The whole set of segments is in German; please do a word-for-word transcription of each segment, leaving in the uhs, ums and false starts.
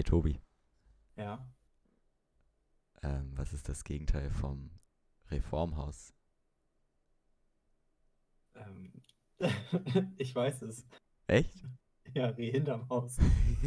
Tobi, Ja. ähm, was ist das Gegenteil vom Reformhaus? Ähm. Ich weiß es. Echt? Ja, Reh hinterm Haus.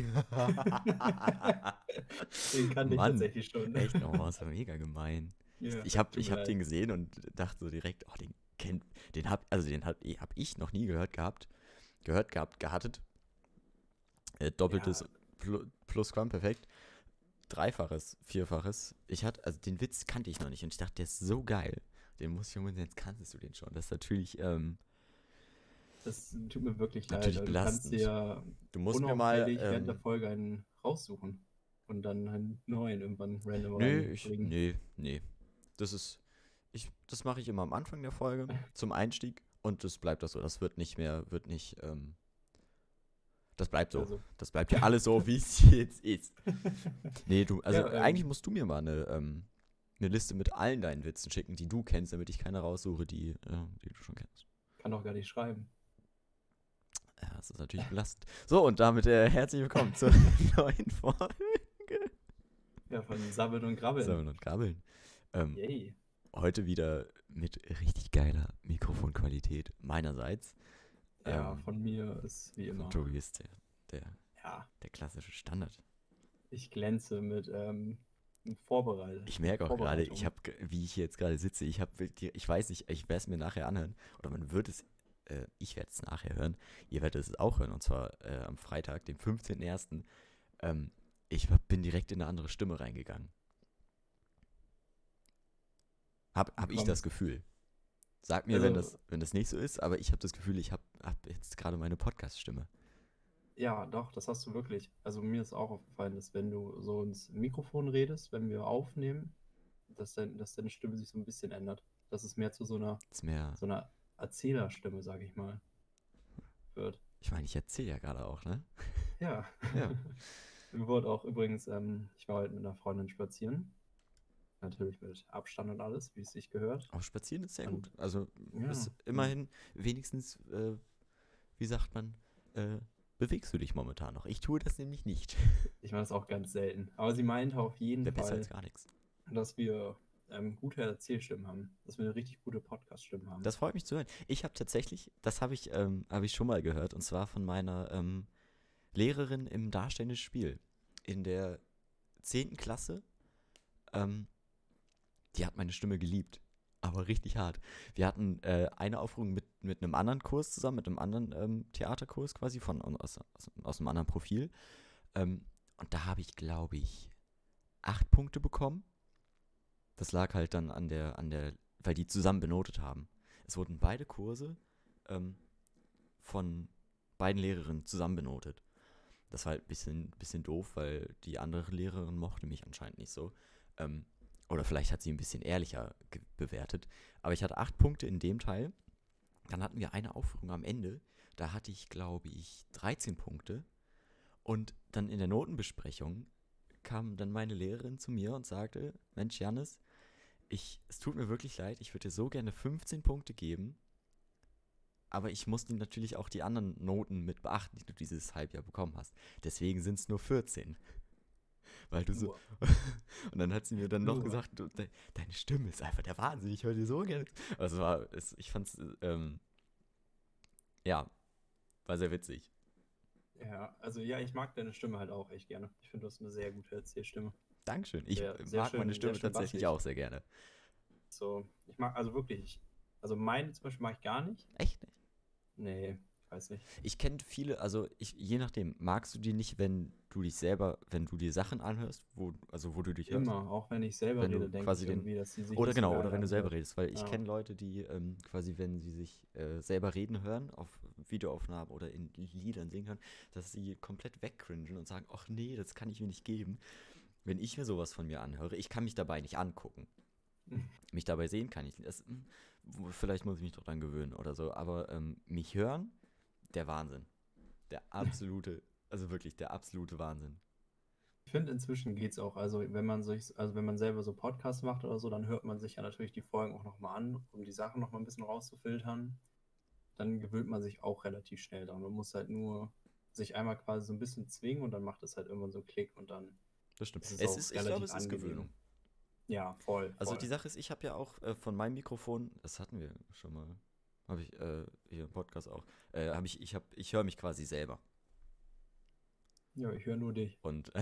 Den kannte ich Mann, tatsächlich schon. echt? Oh, das war mega gemein. Ich, Ja, ich habe tut ich mir hab den leid. gesehen und dachte so direkt, oh, den kennt, den hab, also den hab, hab ich noch nie gehört gehabt, gehört gehabt, gehattet. Äh, doppeltes Ja, Plu- Plusquamperfekt, dreifaches, vierfaches. Ich hatte, also den Witz kannte ich noch nicht und ich dachte, der ist so geil. Den muss ich unbedingt, jetzt kanntest du den schon. Das ist natürlich, ähm, das tut mir wirklich leid, natürlich aber du kannst belastend. dir Du musst mir mal, unauffällig während der ähm, Folge einen raussuchen und dann einen neuen irgendwann random nö, ich, reinbringen. nee, nee. Das ist, ich, das mache ich immer am Anfang der Folge zum Einstieg und das bleibt das so. Das wird nicht mehr, wird nicht, ähm, das bleibt so. Also. Das bleibt ja alles so, wie es jetzt ist. Nee, du, also Ja, eigentlich ähm, musst du mir mal eine, ähm, eine Liste mit allen deinen Witzen schicken, die du kennst, damit ich keine raussuche, die, äh, die du schon kennst. kann doch gar nicht schreiben. Ja, das ist natürlich belastend. So, und damit äh, herzlich willkommen zur neuen Folge. Ja, von Sabbeln und Grabbeln. Sammeln und Krabbeln. Ähm, Yay. heute wieder mit richtig geiler Mikrofonqualität meinerseits. Ja, Ähm, von mir ist wie von immer. Tobi ist der, der, Ja, der klassische Standard. ich glänze mit ähm, Vorbereit Ich merke auch gerade, ich Vorbereitung. habe, wie ich hier jetzt gerade sitze, ich habe, ich weiß nicht, ich werde es mir nachher anhören oder man wird es, äh, ich werde es nachher hören, ihr werdet es auch hören und zwar äh, am Freitag, dem fünfzehnten ersten. Ähm, ich bin direkt in eine andere Stimme reingegangen. Hab, Wie hab ich das kommt's? Gefühl. Sag mir, wenn Also, das, wenn das nicht so ist, aber ich habe das Gefühl, ich habe hab jetzt gerade meine Podcast-Stimme. ja, doch, das hast du wirklich. Also mir ist auch aufgefallen, dass wenn du so ins Mikrofon redest, wenn wir aufnehmen, dass, dein, dass deine Stimme sich so ein bisschen ändert. Dass es mehr zu so einer, Ist mehr, so einer Erzählerstimme, sage ich mal, wird. ich meine, ich erzähle ja gerade auch, ne? Ja. Ja. Mir wurde auch übrigens, ähm, ich war heute mit einer Freundin spazieren. Natürlich mit Abstand und alles, wie es sich gehört. Aber spazieren ist sehr gut. Und Also ist ja, und immerhin wenigstens, äh, wie sagt man, äh, bewegst du dich momentan noch. Ich tue das nämlich nicht. ich mache das auch ganz selten. Aber sie meinte auf jeden Wäre besser als Fall, gar nichts. dass wir ähm, gute Erzählstimmen haben. Dass wir eine richtig gute Podcast-Stimme haben. Das freut mich zu hören. Ich habe tatsächlich, das habe ich, ähm, hab ich schon mal gehört, und zwar von meiner ähm, Lehrerin im darstellenden Spiel. In der zehnten Klasse, ähm, die hat meine Stimme geliebt. Aber richtig hart. Wir hatten äh, eine Aufführung mit, mit einem anderen Kurs zusammen, mit einem anderen ähm, Theaterkurs quasi, von, aus, aus, aus einem anderen Profil. Ähm, und da habe ich, glaube ich, acht Punkte bekommen. Das lag halt dann an der, an der, weil die zusammen benotet haben. Es wurden beide Kurse ähm, von beiden Lehrerinnen zusammen benotet. Das war halt ein bisschen, bisschen doof, weil die andere Lehrerin mochte mich anscheinend nicht so. Ähm, oder vielleicht hat sie ein bisschen ehrlicher ge- bewertet. Aber ich hatte acht Punkte in dem Teil. Dann hatten wir eine Aufführung am Ende. Da hatte ich, glaube ich, dreizehn Punkte. Und dann in der Notenbesprechung kam dann meine Lehrerin zu mir und sagte, Mensch, Janis, ich, es tut mir wirklich leid, ich würde dir so gerne fünfzehn Punkte geben, aber ich muss natürlich auch die anderen Noten mit beachten, die du dieses Halbjahr bekommen hast. Deswegen sind es nur vierzehn. Weil du so. Nur, Und dann hat sie mir dann noch nur. gesagt, du, de, deine Stimme ist einfach der Wahnsinn, ich höre dir so gerne. Also war, es, ich fand's, ähm, ja, war sehr witzig. Ja, also ja, ich mag deine Stimme halt auch echt gerne. Ich finde, du hast eine sehr gute Erzählstimme. Dankeschön. Ich Sehr, sehr mag meine schön, sehr Stimme schön tatsächlich bassig. auch sehr gerne. So, ich mag, also wirklich, ich, also meine zum Beispiel mag ich gar nicht. Echt nicht? Nee, ich weiß nicht. Ich kenne viele, also ich, je nachdem, magst du die nicht, wenn du dich selber, wenn du dir Sachen anhörst, wo, also wo du dich hörst? Immer, auch wenn ich selber Wenn rede, du denke quasi ich den, irgendwie, dass sie sich oder nicht so genau, oder geil wenn du selber anhört. redest, weil ich Ja. kenne Leute, die ähm, quasi, wenn sie sich äh, selber reden hören, auf Videoaufnahmen oder in Liedern singen hören, dass sie komplett wegcringen und sagen, ach nee, das kann ich mir nicht geben. Wenn ich mir sowas von mir anhöre, ich kann mich dabei nicht angucken. Mich dabei sehen kann ich nicht. Das, hm, vielleicht muss ich mich doch dran gewöhnen oder so, aber ähm, mich hören, der Wahnsinn. Der absolute, also wirklich der absolute Wahnsinn. Ich finde, inzwischen geht's auch. Also, wenn man sich, also wenn man selber so Podcasts macht oder so, dann hört man sich ja natürlich die Folgen auch nochmal an, um die Sachen nochmal ein bisschen rauszufiltern. Dann gewöhnt man sich auch relativ schnell dran. Man muss halt nur sich einmal quasi so ein bisschen zwingen und dann macht es halt irgendwann so Klick und dann Das stimmt. ist es Es auch ist, ich glaube, relativ es ist angenehm. Gewöhnung. Ja, voll, Also die voll. Sache ist, ich habe ja auch äh, von meinem Mikrofon, das hatten wir schon mal, habe ich äh, hier im Podcast auch, äh, habe ich, ich habe, ich höre mich quasi selber. Ja, ich höre nur dich. Und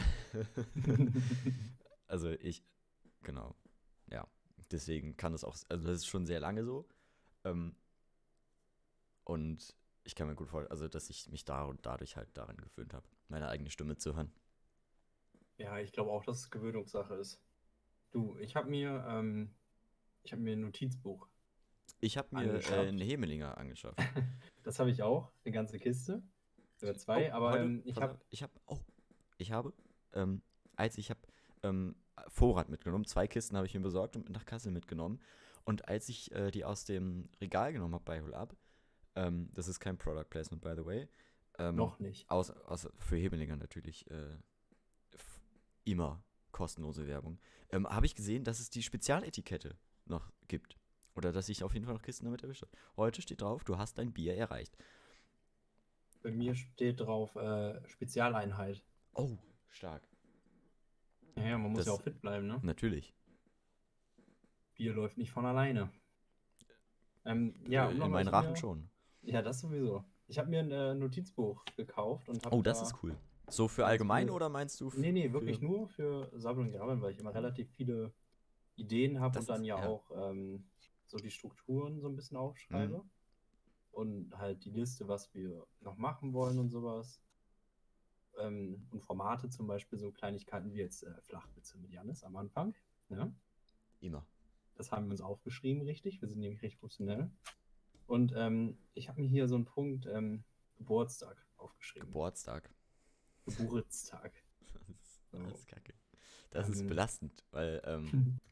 also ich, genau, ja. Deswegen kann das auch, also das ist schon sehr lange so. Ähm, und ich kann mir gut vorstellen, also dass ich mich da und dadurch halt daran gewöhnt habe, meine eigene Stimme zu hören. Ja, ich glaube auch, dass es Gewöhnungssache ist. Du, ich habe mir, ähm, ich habe mir ein Notizbuch Ich habe mir äh, einen angeschafft. Hemelinger angeschafft. Das habe ich auch, eine ganze Kiste. Oder Oh, zwei, aber heute, ähm, ich pass habe, auf, ich habe, oh, ich habe, ähm, als ich habe ähm, Vorrat mitgenommen, zwei Kisten habe ich mir besorgt und nach Kassel mitgenommen. Und als ich äh, die aus dem Regal genommen habe bei Hol Up, ähm, das ist kein Product Placement, by the way, ähm, noch nicht. aus, aus, für Hebelinger natürlich äh, f- immer kostenlose Werbung, ähm, habe ich gesehen, dass es die Spezialetikette noch gibt. Oder dass ich auf jeden Fall noch Kisten damit erwischt habe. Heute steht drauf, du hast dein Bier erreicht. Bei mir steht drauf äh, Spezialeinheit. Oh, stark. Ja, ja, man muss ja Das, auch fit bleiben, ne? natürlich. Bier läuft nicht von alleine. Ähm, ja, um Äh, in nochmal, meinen ich habe Rachen mir, schon. ja, das sowieso. Ich habe mir ein äh, Notizbuch gekauft und habe Oh, das ist da cool. So für ganz allgemein viele, oder meinst du f- nee, nee, wirklich für. nur für Sammeln und Grabbeln, weil ich immer Oh, relativ viele Ideen habe und das dann ist, ja ja. auch ähm, so die Strukturen so ein bisschen Mhm. aufschreibe und halt die Liste, was wir noch machen wollen und sowas. Ähm, und Formate zum Beispiel, so Kleinigkeiten wie jetzt äh, Flachwitze mit Janis am Anfang. Ne? Immer. Das haben wir uns aufgeschrieben, richtig. Wir sind nämlich recht professionell. Und ähm, ich habe mir hier so einen Punkt ähm, Geburtstag aufgeschrieben. Geburtstag. Geburtstag. Das ist, das So. ist kacke. Das ist Ähm, belastend, weil, ähm,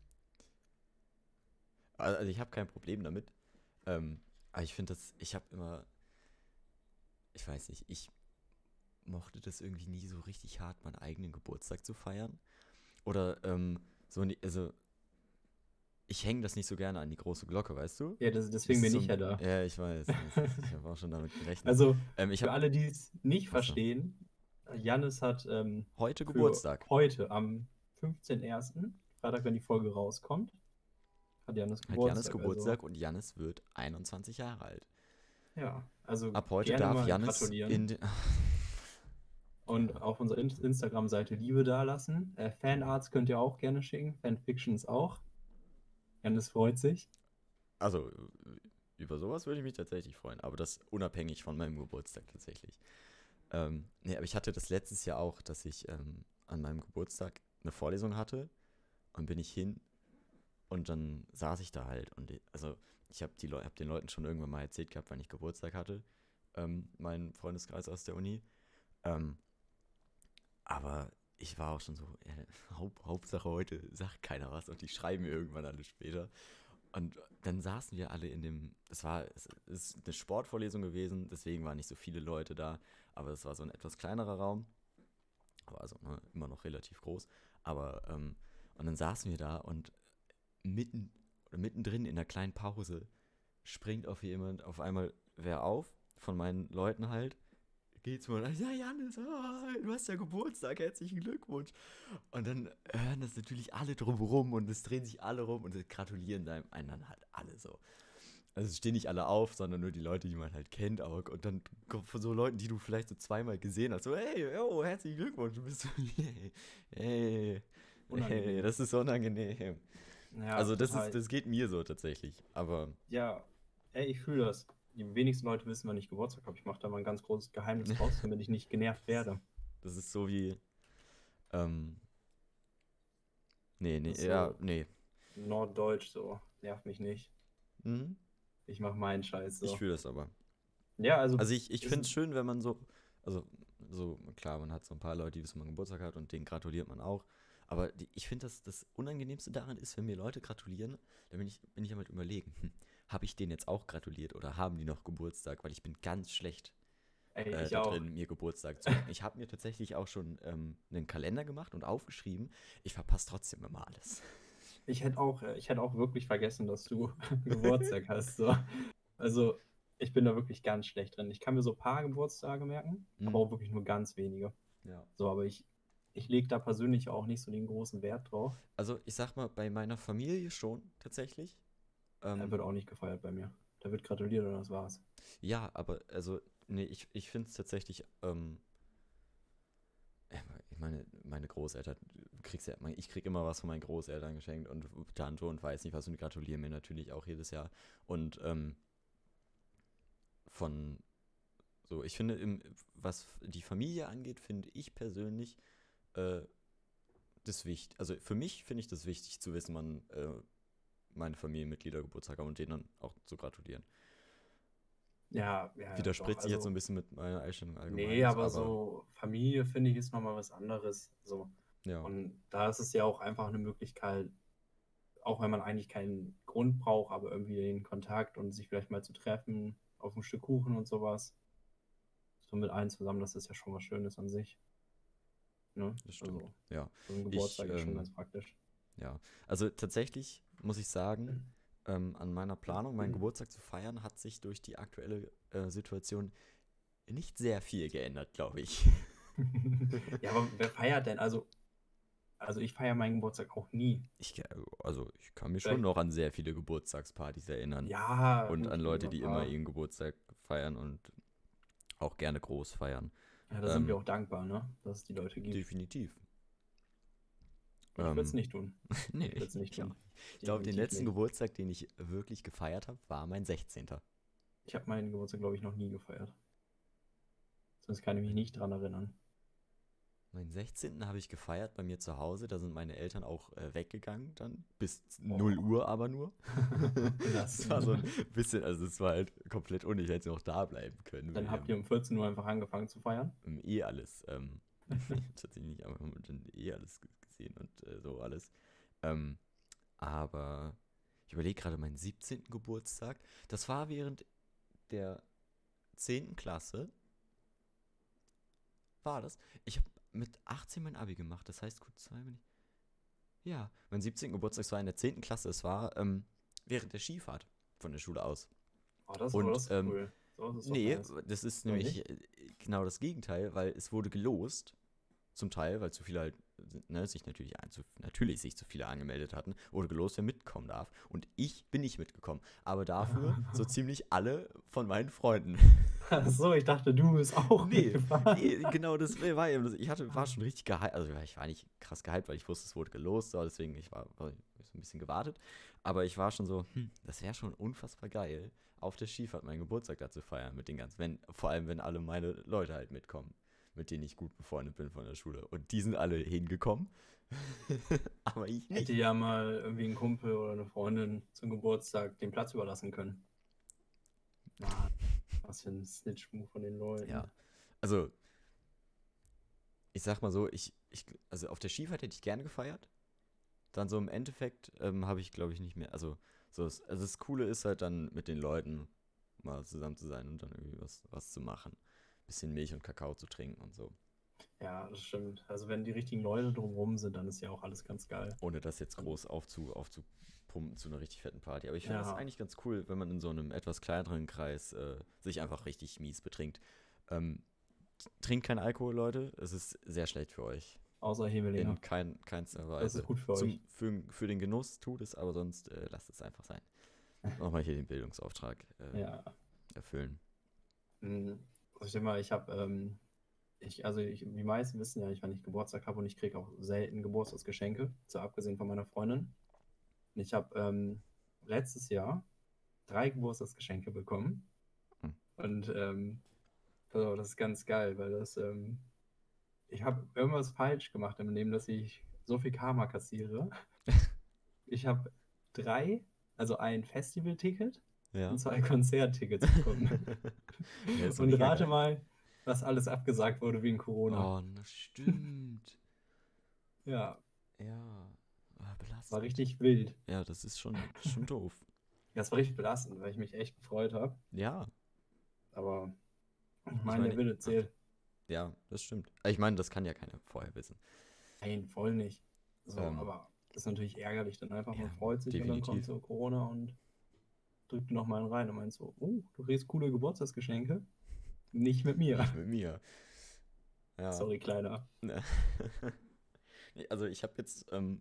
also ich habe kein Problem damit. Ähm, aber ich finde das, ich habe immer, ich weiß nicht, ich mochte das irgendwie nie so richtig hart, meinen eigenen Geburtstag zu feiern. Oder, ähm, so, ni- also ich hänge das nicht so gerne an die große Glocke, weißt du? ja, das, Das deswegen ist bin so ich ein, ja da. ja, ich weiß, das ist, ich habe auch schon damit gerechnet. Also Ähm, ich für habe, alle, die es nicht achso, verstehen, Jannis hat ähm, heute für Geburtstag. heute am fünfzehnten ersten, Freitag, wenn die Folge rauskommt, hat Jannis Hat Jannis Geburtstag. Also Geburtstag und Jannis wird einundzwanzig Jahre alt. ja, also Ab heute gerne darf mal Jannis in gratulieren den. und auf unserer In- Instagram-Seite Liebe dalassen. Äh, Fanarts könnt ihr auch gerne schicken, Fanfictions auch. Jannis freut sich. Also, über sowas würde ich mich tatsächlich freuen, aber das unabhängig von meinem Geburtstag tatsächlich. Ähm, nee, aber ich hatte das letztes Jahr auch, dass ich ähm, an meinem Geburtstag eine Vorlesung hatte und bin ich hin und dann saß ich da halt und ich, also ich habe die Leu hab den Leuten schon irgendwann mal erzählt gehabt, wann ich Geburtstag hatte, ähm, mein Freundeskreis aus der Uni. Ähm, aber ich war auch schon so, ja, Haupt, Hauptsache heute sagt keiner was und die schreiben mir irgendwann alle später. Und dann saßen wir alle in dem, es war, es ist eine Sportvorlesung gewesen, deswegen waren nicht so viele Leute da, aber es war so ein etwas kleinerer Raum, aber also ne, immer noch relativ groß. Aber, ähm, und dann saßen wir da und mitten, oder mittendrin in einer kleinen Pause springt auf jemand, auf einmal wer auf, von meinen Leuten halt, geht's mir und ja, Janis, ah, du hast ja Geburtstag, herzlichen Glückwunsch. Und dann hören das natürlich alle drumherum und es drehen sich alle rum und gratulieren einem einander halt alle so. Also es stehen nicht alle auf, sondern nur die Leute, die man halt kennt auch. Und dann kommt von so Leuten, die du vielleicht so zweimal gesehen hast, so, hey, oh, herzlichen Glückwunsch, du bist so, hey, hey, hey, Unangenehm. das ist so unangenehm. Ja, Also das ist, total. das geht mir so tatsächlich. Aber Ja, ey, ich fühle das. Die wenigsten Leute wissen, wann ich Geburtstag habe. Ich mache da mal ein ganz großes Geheimnis draus, damit ich nicht genervt das, werde. das ist so wie, ähm, nee, nee, Das ist ja, so nee. norddeutsch so. Nervt mich nicht. Mhm. Ich mache meinen Scheiß Ich so. fühle das aber. Ja, also Also ich, ich ist, finde es schön, wenn man so, also so, klar, man hat so ein paar Leute, die wissen, man Geburtstag hat und denen gratuliert man auch. Aber die, ich finde, dass das Unangenehmste daran ist, wenn mir Leute gratulieren, dann bin ich, bin ich damit überlegen, hm, habe ich denen jetzt auch gratuliert oder haben die noch Geburtstag? Weil ich bin ganz schlecht ey, äh, ich da auch. drin, mir Geburtstag zu merken. Ich habe mir tatsächlich auch schon ähm, einen Kalender gemacht und aufgeschrieben. Ich verpasse trotzdem immer alles. Ich hätte auch, äh, ich hätte auch wirklich vergessen, dass du Geburtstag hast. So. Also, Ich bin da wirklich ganz schlecht drin. Ich kann mir so ein paar Geburtstage merken, aber Mhm. auch wirklich nur ganz wenige. Ja. So, aber ich, ich lege da persönlich auch nicht so den großen Wert drauf. Also ich sag mal, bei meiner Familie schon tatsächlich. Er Ähm, wird auch nicht gefeiert bei mir. Da wird gratuliert und das war's. ja, aber also, nee, ich, ich finde es tatsächlich, ähm, ich meine, meine Großeltern, du kriegst ja, ich krieg immer was von meinen Großeltern geschenkt und Tante und weiß nicht was und die gratulieren mir natürlich auch jedes Jahr. Und ähm, von so, ich finde, im, was die Familie angeht, finde ich persönlich äh, das wichtig. Also für mich finde ich das wichtig zu wissen, wann äh, meine Familienmitglieder Geburtstag haben und denen dann auch zu gratulieren. Ja, ja, ja, doch. Widerspricht sich jetzt so ein Also, bisschen mit meiner Einstellung nee, allgemein, aber aber so Familie, finde ich, ist nochmal was anderes. So. ja, Und da ist es ja auch einfach eine Möglichkeit, auch wenn man eigentlich keinen Grund braucht, aber irgendwie den Kontakt und sich vielleicht mal zu treffen auf ein Stück Kuchen und sowas. So mit allen zusammen, das ist ja schon was Schönes an sich. Ne? das stimmt. Also, Ja, so ein ich, Geburtstag ist schon ähm, ganz praktisch. ja, also tatsächlich muss ich sagen, ähm, an meiner Planung, meinen Geburtstag zu feiern, hat sich durch die aktuelle äh, Situation nicht sehr viel geändert, glaube ich. Ja, aber wer feiert denn? Also, also ich feiere meinen Geburtstag auch nie. Ich, äh, also ich kann mich schon Vielleicht, noch an sehr viele Geburtstagspartys erinnern ja, und gut, an so Leute, ein die immer paar. ihren Geburtstag feiern und auch gerne groß feiern. Ja, da sind wir Ähm, auch dankbar, ne? Dass es die Leute gibt. definitiv. Ich würde es Ähm, nicht tun. nee, Ich würde es nicht ich auch tun. nicht. Ich glaube, den Definitiv letzten nicht. Geburtstag, den ich wirklich gefeiert habe, war mein sechzehnter. Ich habe meinen Geburtstag, glaube ich, noch nie gefeiert. Sonst kann ich mich nicht dran erinnern. Meinen sechzehnten habe ich gefeiert bei mir zu Hause. Da sind meine Eltern auch äh, weggegangen dann. Bis null Oh. Uhr aber nur. Das war so ein Belastend. bisschen, also es war halt komplett unnötig, hätte noch da bleiben können. Dann Wir habt haben ihr um vierzehn Uhr einfach angefangen zu feiern. ähm, eh alles, ähm, nee, tatsächlich nicht, aber wir haben dann eh alles g- gesehen und äh, so alles. Ähm, aber ich überlege gerade meinen siebzehnten Geburtstag. Das war während der zehnten Klasse, war das. Ich habe mit achtzehn mein Abi gemacht, das heißt, gut, zwei bin ich. Ja, mein siebzehnten Geburtstag war in der zehnten Klasse. Es war ähm, während der Skifahrt von der Schule aus. Oh, das, oh, Und das ist ähm, cool. So, das ist doch nee, nice. das ist Oder nicht? nämlich äh, genau das Gegenteil, weil es wurde gelost, zum Teil, weil zu viele halt, ne, sich natürlich, ein, zu, natürlich sich zu viele angemeldet hatten, wurde gelost, wer mitkommen darf. Und ich bin nicht mitgekommen. Aber dafür so ziemlich alle von meinen Freunden. Ach so, ich dachte, du bist auch Nee, mitgefahren. nee, genau das war eben. das- Ich hatte, war schon richtig gehypt. Also ich war nicht krass gehypt, weil ich wusste, es wurde gelost, so, deswegen ich war, war ich so ein bisschen gewartet. Aber ich war schon so, hm, das wäre schon unfassbar geil, auf der Skifahrt meinen Geburtstag da zu feiern mit den ganzen, wenn, vor allem wenn alle meine Leute halt mitkommen, mit denen ich gut befreundet bin von der Schule. Und die sind alle hingekommen, aber ich Hätte nicht. ja mal irgendwie ein Kumpel oder eine Freundin zum Geburtstag den Platz überlassen können. Mann, was für ein Snitch-Move von den Ja, Leuten. also ich sag mal so, ich, ich, also auf der Skifahrt hätte ich gerne gefeiert. Dann so im Endeffekt ähm, habe ich, glaube ich, nicht mehr. Also, so das, also das Coole ist halt dann mit den Leuten mal zusammen zu sein und dann irgendwie was, was zu machen. Bisschen Milch und Kakao zu trinken und so. Ja, das stimmt. Also wenn die richtigen Leute drumherum sind, dann ist ja auch alles ganz geil. Ohne das jetzt Und groß aufzu, aufzupumpen zu einer richtig fetten Party. Aber ich finde das ja, eigentlich ganz cool, wenn man in so einem etwas kleineren Kreis äh, sich einfach richtig mies betrinkt. Ähm, trinkt keinen Alkohol, Leute. Es ist sehr schlecht für euch. außer Hemelinger. In kein, keinster Das ist Weise. gut für Zum, euch. für, für den Genuss tut es, aber sonst äh, lasst es einfach sein. Nochmal hier den Bildungsauftrag äh, Ja. erfüllen. Hm. Also ich denke mal, ich habe, ähm, ich, also ich, die meisten wissen ja, ich, wann ich Geburtstag habe und ich kriege auch selten Geburtstagsgeschenke, so abgesehen von meiner Freundin. Und ich habe ähm, letztes Jahr drei Geburtstagsgeschenke bekommen. Hm. Und ähm, also das ist ganz geil, weil das, ähm, ich habe irgendwas falsch gemacht im Leben, dass ich so viel Karma kassiere. Ich habe drei, also ein Festivalticket und Ja. zwei Konzerttickets bekommen. Ja, ist doch Und mega rate geil. mal, was alles abgesagt wurde wegen Corona. Oh, na stimmt. Ja, Ja. Ah, war belastend. richtig wild. Ja, das ist schon, das ist schon doof. Ja, es war richtig belastend, weil ich mich echt gefreut habe. Ja, Aber ich ich meine, der meine, Wille ah, zählt. ja, das stimmt. Ich meine, das kann ja keiner vorher wissen. Nein, voll nicht. So, Ähm, aber das ist natürlich ärgerlich dann einfach. ja, Man freut sich und dann kommt definitiv. so Corona und drückte noch mal einen rein und meinte so, oh, du kriegst coole Geburtstagsgeschenke? Nicht mit mir. Nicht mit mir. Ja. Sorry, Kleiner. Ne. Nee, also ich habe jetzt, ähm,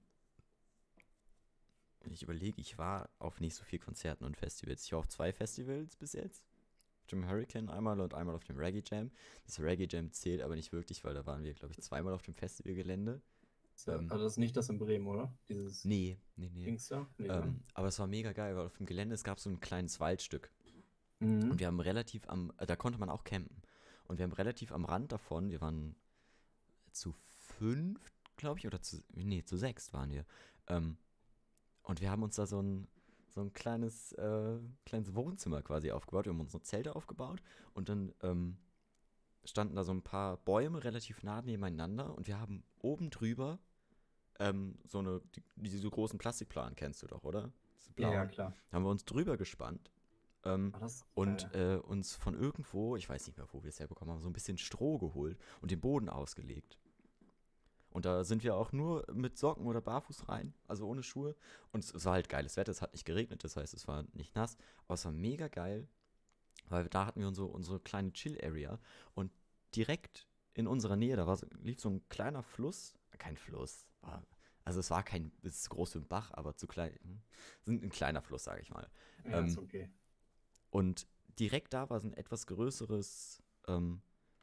wenn ich überlege, ich war auf nicht so viel Konzerten und Festivals. Ich war auf zwei Festivals bis jetzt. Auf dem Hurricane einmal und einmal auf dem Reggae Jam. Das Reggae Jam zählt aber nicht wirklich, weil da waren wir, glaube ich, zweimal auf dem Festivalgelände. So, Ähm, also das ist nicht das in Bremen, oder? Dieses nee, nee, nee. Dings da? Nee, ne? Ähm, aber es war mega geil, weil auf dem Gelände, es gab so ein kleines Waldstück. Und Mhm. wir haben relativ am, äh, da konnte man auch campen. Und wir haben relativ am Rand davon, wir waren zu fünf, glaube ich, oder zu, nee, zu sechs waren wir. Ähm, und wir haben uns da so ein, so ein kleines, äh, kleines Wohnzimmer quasi aufgebaut. Wir haben unsere Zelte aufgebaut und dann ähm, standen da so ein paar Bäume relativ nah nebeneinander und wir haben oben drüber ähm, so eine, die, diese großen Plastikplanen kennst du doch, oder? Diese Ja, ja, blauen. klar. Da haben wir uns drüber gespannt ähm, Ah, das ist und geil. äh, uns von irgendwo, ich weiß nicht mehr, wo wir es herbekommen haben, so ein bisschen Stroh geholt und den Boden ausgelegt. Und da sind wir auch nur mit Socken oder barfuß rein, also ohne Schuhe. Und es, es war halt geiles Wetter, es hat nicht geregnet, das heißt, es war nicht nass, aber es war mega geil, weil da hatten wir unsere, unsere kleine Chill-Area und direkt in unserer Nähe, da war, so- lief so ein kleiner Fluss, kein Fluss, war, also es war kein, es ist groß wie ein Bach, aber zu klein, hm, sind ein kleiner Fluss, sage ich mal. Ja, ist Ähm, okay. und direkt da war so ein etwas größeres, ähm,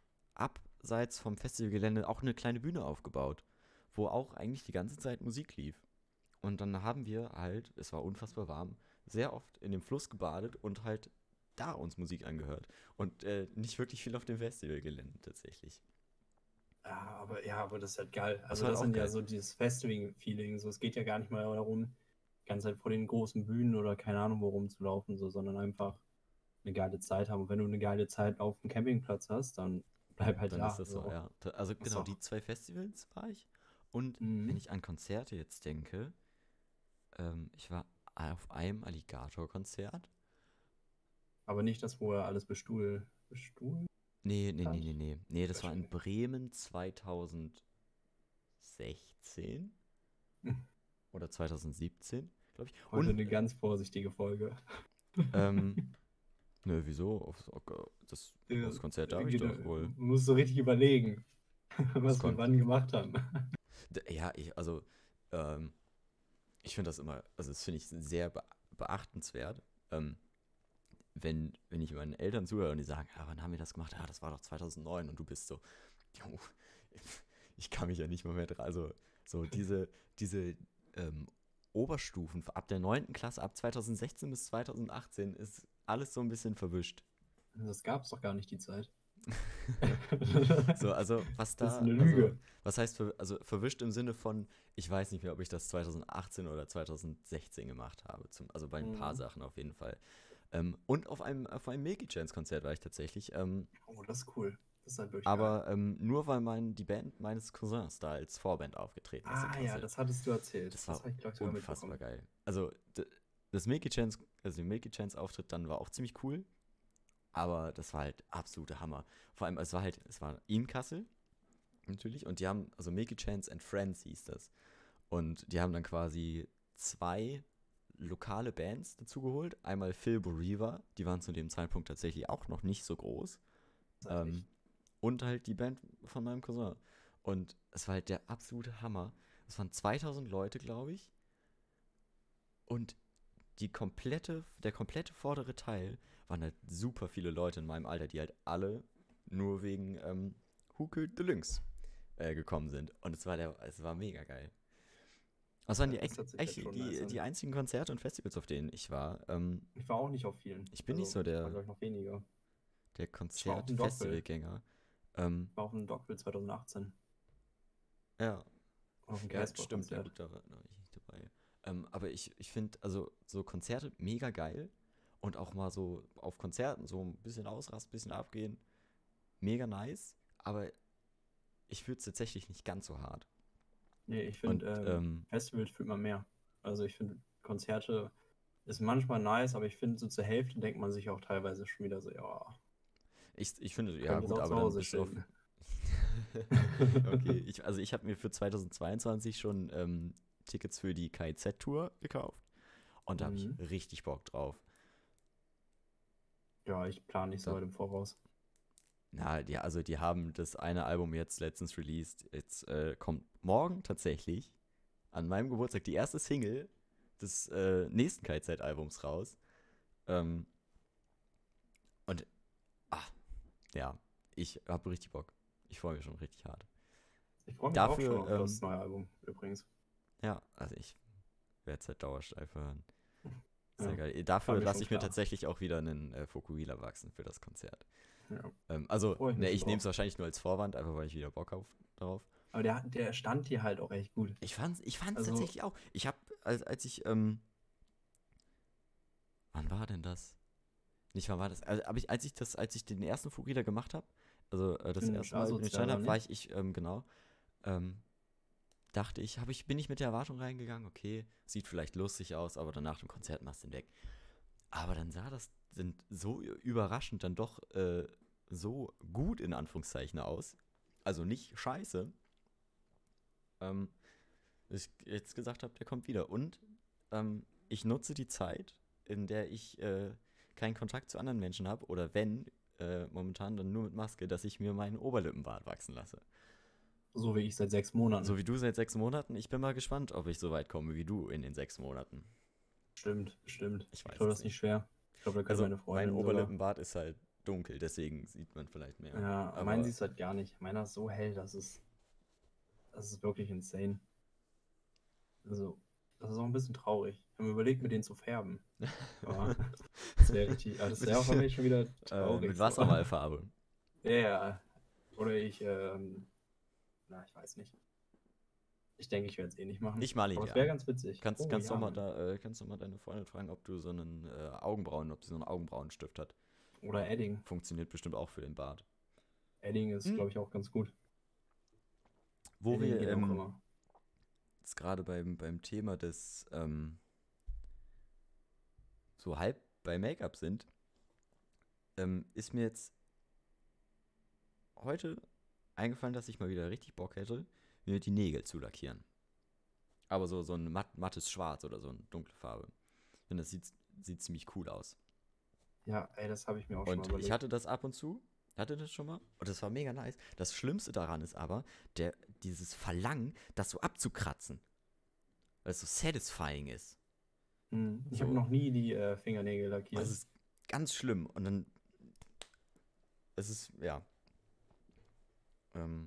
abseits vom Festivalgelände auch eine kleine Bühne aufgebaut, wo auch eigentlich die ganze Zeit Musik lief. Und dann haben wir halt, es war unfassbar warm, sehr oft in dem Fluss gebadet und halt da uns Musik angehört. Und äh, nicht wirklich viel auf dem Festivalgelände tatsächlich. Ja, aber ja, aber das ist halt geil. Das Also war halt das auch sind ja geil. so dieses Festival-Feeling. So, es geht ja gar nicht mal darum, die ganze Zeit vor den großen Bühnen oder keine Ahnung wo rumzulaufen, so, sondern einfach eine geile Zeit haben. Und wenn du eine geile Zeit auf dem Campingplatz hast, dann bleib halt Dann ist da. das so, So. ja. Ta- Also Ist genau, die doch. zwei Festivals war ich. Und wenn Mhm. ich an Konzerte jetzt denke, ähm, ich war auf einem Alligator-Konzert. Aber nicht das, wo er alles bestuhl, bestuhlt Nee, nee, nee, hat. nee, nee. Nee, das war in Wahrscheinlich. Bremen zwanzig sechzehn Hm. oder zwanzig siebzehn, glaube ich. Heute Und, eine ganz vorsichtige Folge. ähm, nö, wieso? Aufs, das, Äh, aufs Konzert darf ich genau. doch wohl. Musst du richtig überlegen, Das was wir konnte. wann gemacht haben. Ja, ich, also, ähm, ich finde das immer, also das finde ich sehr be beachtenswert, ähm, wenn, wenn ich meinen Eltern zuhöre und die sagen, ja, wann haben wir das gemacht? Ja, das war doch zweitausendneun und du bist so, jo, ich kann mich ja nicht mal mehr dran, also so diese, diese ähm, Oberstufen ab der neunten Klasse, ab zweitausendsechzehn bis zweitausendachtzehn ist alles so ein bisschen verwischt. Das gab es doch gar nicht, die Zeit. So, also was Das ist da, eine also Lüge. was heißt, ver also verwischt im Sinne von, ich weiß nicht mehr, ob ich das zweitausendachtzehn oder zweitausendsechzehn gemacht habe, zum, also bei ein paar Mhm. Sachen auf jeden Fall. Ähm, und auf einem, auf einem Milky Chance Konzert war ich tatsächlich, ähm, Oh, das ist cool. Das ist halt wirklich geil. aber ähm, nur weil mein, die Band meines Cousins da als Vorband aufgetreten ist Ah ja, quasi. das hattest du erzählt. Das Das war habe ich, glaube ich, sogar unfassbar mitbekommen. geil. Also d- das Milky Chance, also der Milky Chance Auftritt dann war auch ziemlich cool, aber das war halt absoluter Hammer. Vor allem, es war halt, es war in Kassel natürlich und die haben, also Milky Chance and Friends hieß das. Und die haben dann quasi zwei lokale Bands dazu geholt. Einmal Phil Boriva, die waren zu dem Zeitpunkt tatsächlich auch noch nicht so groß. Das ist halt echt. Ähm, und halt die Band von meinem Cousin. Und es war halt der absolute Hammer. Es waren zweitausend Leute, glaube ich. Und die komplette, der komplette vordere Teil waren halt super viele Leute in meinem Alter, die halt alle nur wegen ähm, Who Killed the Lynx äh, gekommen sind. Und es war der, es war mega geil. Das waren die, Das hört sich echt jetzt schon nice die, die an. einzigen Konzerte und Festivals, auf denen ich war. Ähm, Ich war auch nicht auf vielen. ich bin nicht Also, so ich war, der, glaube ich, noch weniger. der Ich war auf dem Dockville. Konzert-Festivalgänger. Ähm, Ich war auf dem Dockville zweitausendachtzehn. ja, Und auf dem ja, stimmt, ja Casper-Konzert. gut, da war, da war ich nicht dabei. Ähm, aber ich, ich finde, also so Konzerte mega geil und auch mal so auf Konzerten so ein bisschen ausrasten, ein bisschen abgehen, mega nice, aber ich fühle es tatsächlich nicht ganz so hart. Nee, ich Und finde, ähm, ähm, Festivals fühlt man mehr. Also, ich finde, Konzerte ist manchmal nice, aber ich finde, so zur Hälfte denkt man sich auch teilweise schon wieder so, ja, ich, ich finde, ja könnte jetzt gut, auch zu aber dann Hause bist du auf. chillen. Okay, ich, also ich habe mir für zweitausendzweiundzwanzig schon ähm, Tickets für die K I Z-Tour gekauft und da habe ich Mhm. richtig Bock drauf. Ja, ich plane nicht so Da, weit im Voraus. na, die, also die haben das eine Album jetzt letztens released. Jetzt äh, kommt morgen tatsächlich an meinem Geburtstag die erste Single des äh, nächsten K Z-Albums raus. Ähm, und, ach, ja, ich habe richtig Bock. Ich freue mich schon richtig hart. Ich freue mich auch schon Dafür, auf das ähm, neue Album, übrigens. ja, also ich werde es halt Dauerschleife hören. Sehr Ja, geil. war Dafür mir lasse schon ich mir klar. tatsächlich auch wieder einen äh, Fokuhila wachsen für das Konzert. Ja, Ähm, also, freue ich ne, mich schon ich nehme es drauf. wahrscheinlich nur als Vorwand, einfach weil ich wieder Bock auf darauf. Aber der, der stand hier halt auch echt gut. Ich fand's, ich fand's Also, tatsächlich auch. Ich habe, als, als ich, ähm, wann war denn das? Nicht, wann war das? Also, aber ich, als ich das, als ich den ersten Fokuhila gemacht habe, also äh, das bin erste Mal den asozial, Stand oder habe, war nicht? ich, ich ähm, genau, ähm, dachte ich, habe ich, bin ich mit der Erwartung reingegangen, okay, sieht vielleicht lustig aus, aber danach dem Konzert machst du den weg. Aber dann sah das sind so überraschend dann doch äh, so gut in Anführungszeichen aus. Also nicht scheiße. Ähm, dass ich jetzt gesagt habe, der kommt wieder. Und ähm, ich nutze die Zeit, in der ich äh, keinen Kontakt zu anderen Menschen habe oder wenn, äh, momentan dann nur mit Maske, dass ich mir meinen Oberlippenbart wachsen lasse. So wie ich seit sechs So Monaten. wie du seit sechs Monaten. Ich bin mal gespannt, ob ich so weit komme wie du in den sechs Monaten. Stimmt, bestimmt. Ich Ich weiß glaube, es das ist nicht nicht. schwer. Ich glaube, da könnte Also meine mein Freundin sogar. Oberlippenbart ist halt dunkel, deswegen sieht man vielleicht mehr. Ja, meinen Aber siehst du halt gar nicht. Meiner ist so hell, das ist, das ist wirklich insane. Also, das ist auch ein bisschen traurig. Ich habe mir überlegt, mit denen zu färben. Aber das wäre richtig, aber das mit, wäre auch für mich schon wieder äh, traurig mit so. Wassermalfarbe. Ja, ja. Oder ich, ähm, na, ich weiß nicht. Ich denke, ich werde es eh nicht machen. Ich male ihn Aber dir es wäre an. ganz witzig. Kannst, Oh kannst doch ja, mal Mann. da, äh, kannst doch mal deine Freundin fragen, ob du so einen äh, Augenbrauen, ob sie so einen Augenbrauenstift hat. Oder Edding. Funktioniert bestimmt auch für den Bart. Edding ist, Hm. glaube ich, auch ganz gut. Wo Edding wir geht auch ähm, immer. jetzt gerade beim, beim Thema des ähm, so halb bei Make-up sind, ähm, ist mir jetzt heute eingefallen, dass ich mal wieder richtig Bock hätte, mir die Nägel zu lackieren. Aber so, so ein matt, mattes Schwarz oder so eine dunkle Farbe. Ich finde, das sieht, sieht ziemlich cool aus. Ja, ey, das habe ich mir auch schon mal Und ich überlegt. hatte das ab und zu, hatte das schon mal und das war mega nice. Das Schlimmste daran ist aber, der, dieses Verlangen, das so abzukratzen, weil es so satisfying ist. Hm. Ich habe So, noch nie die äh, Fingernägel das lackiert. ist ganz schlimm und dann, es ist, ja, ähm,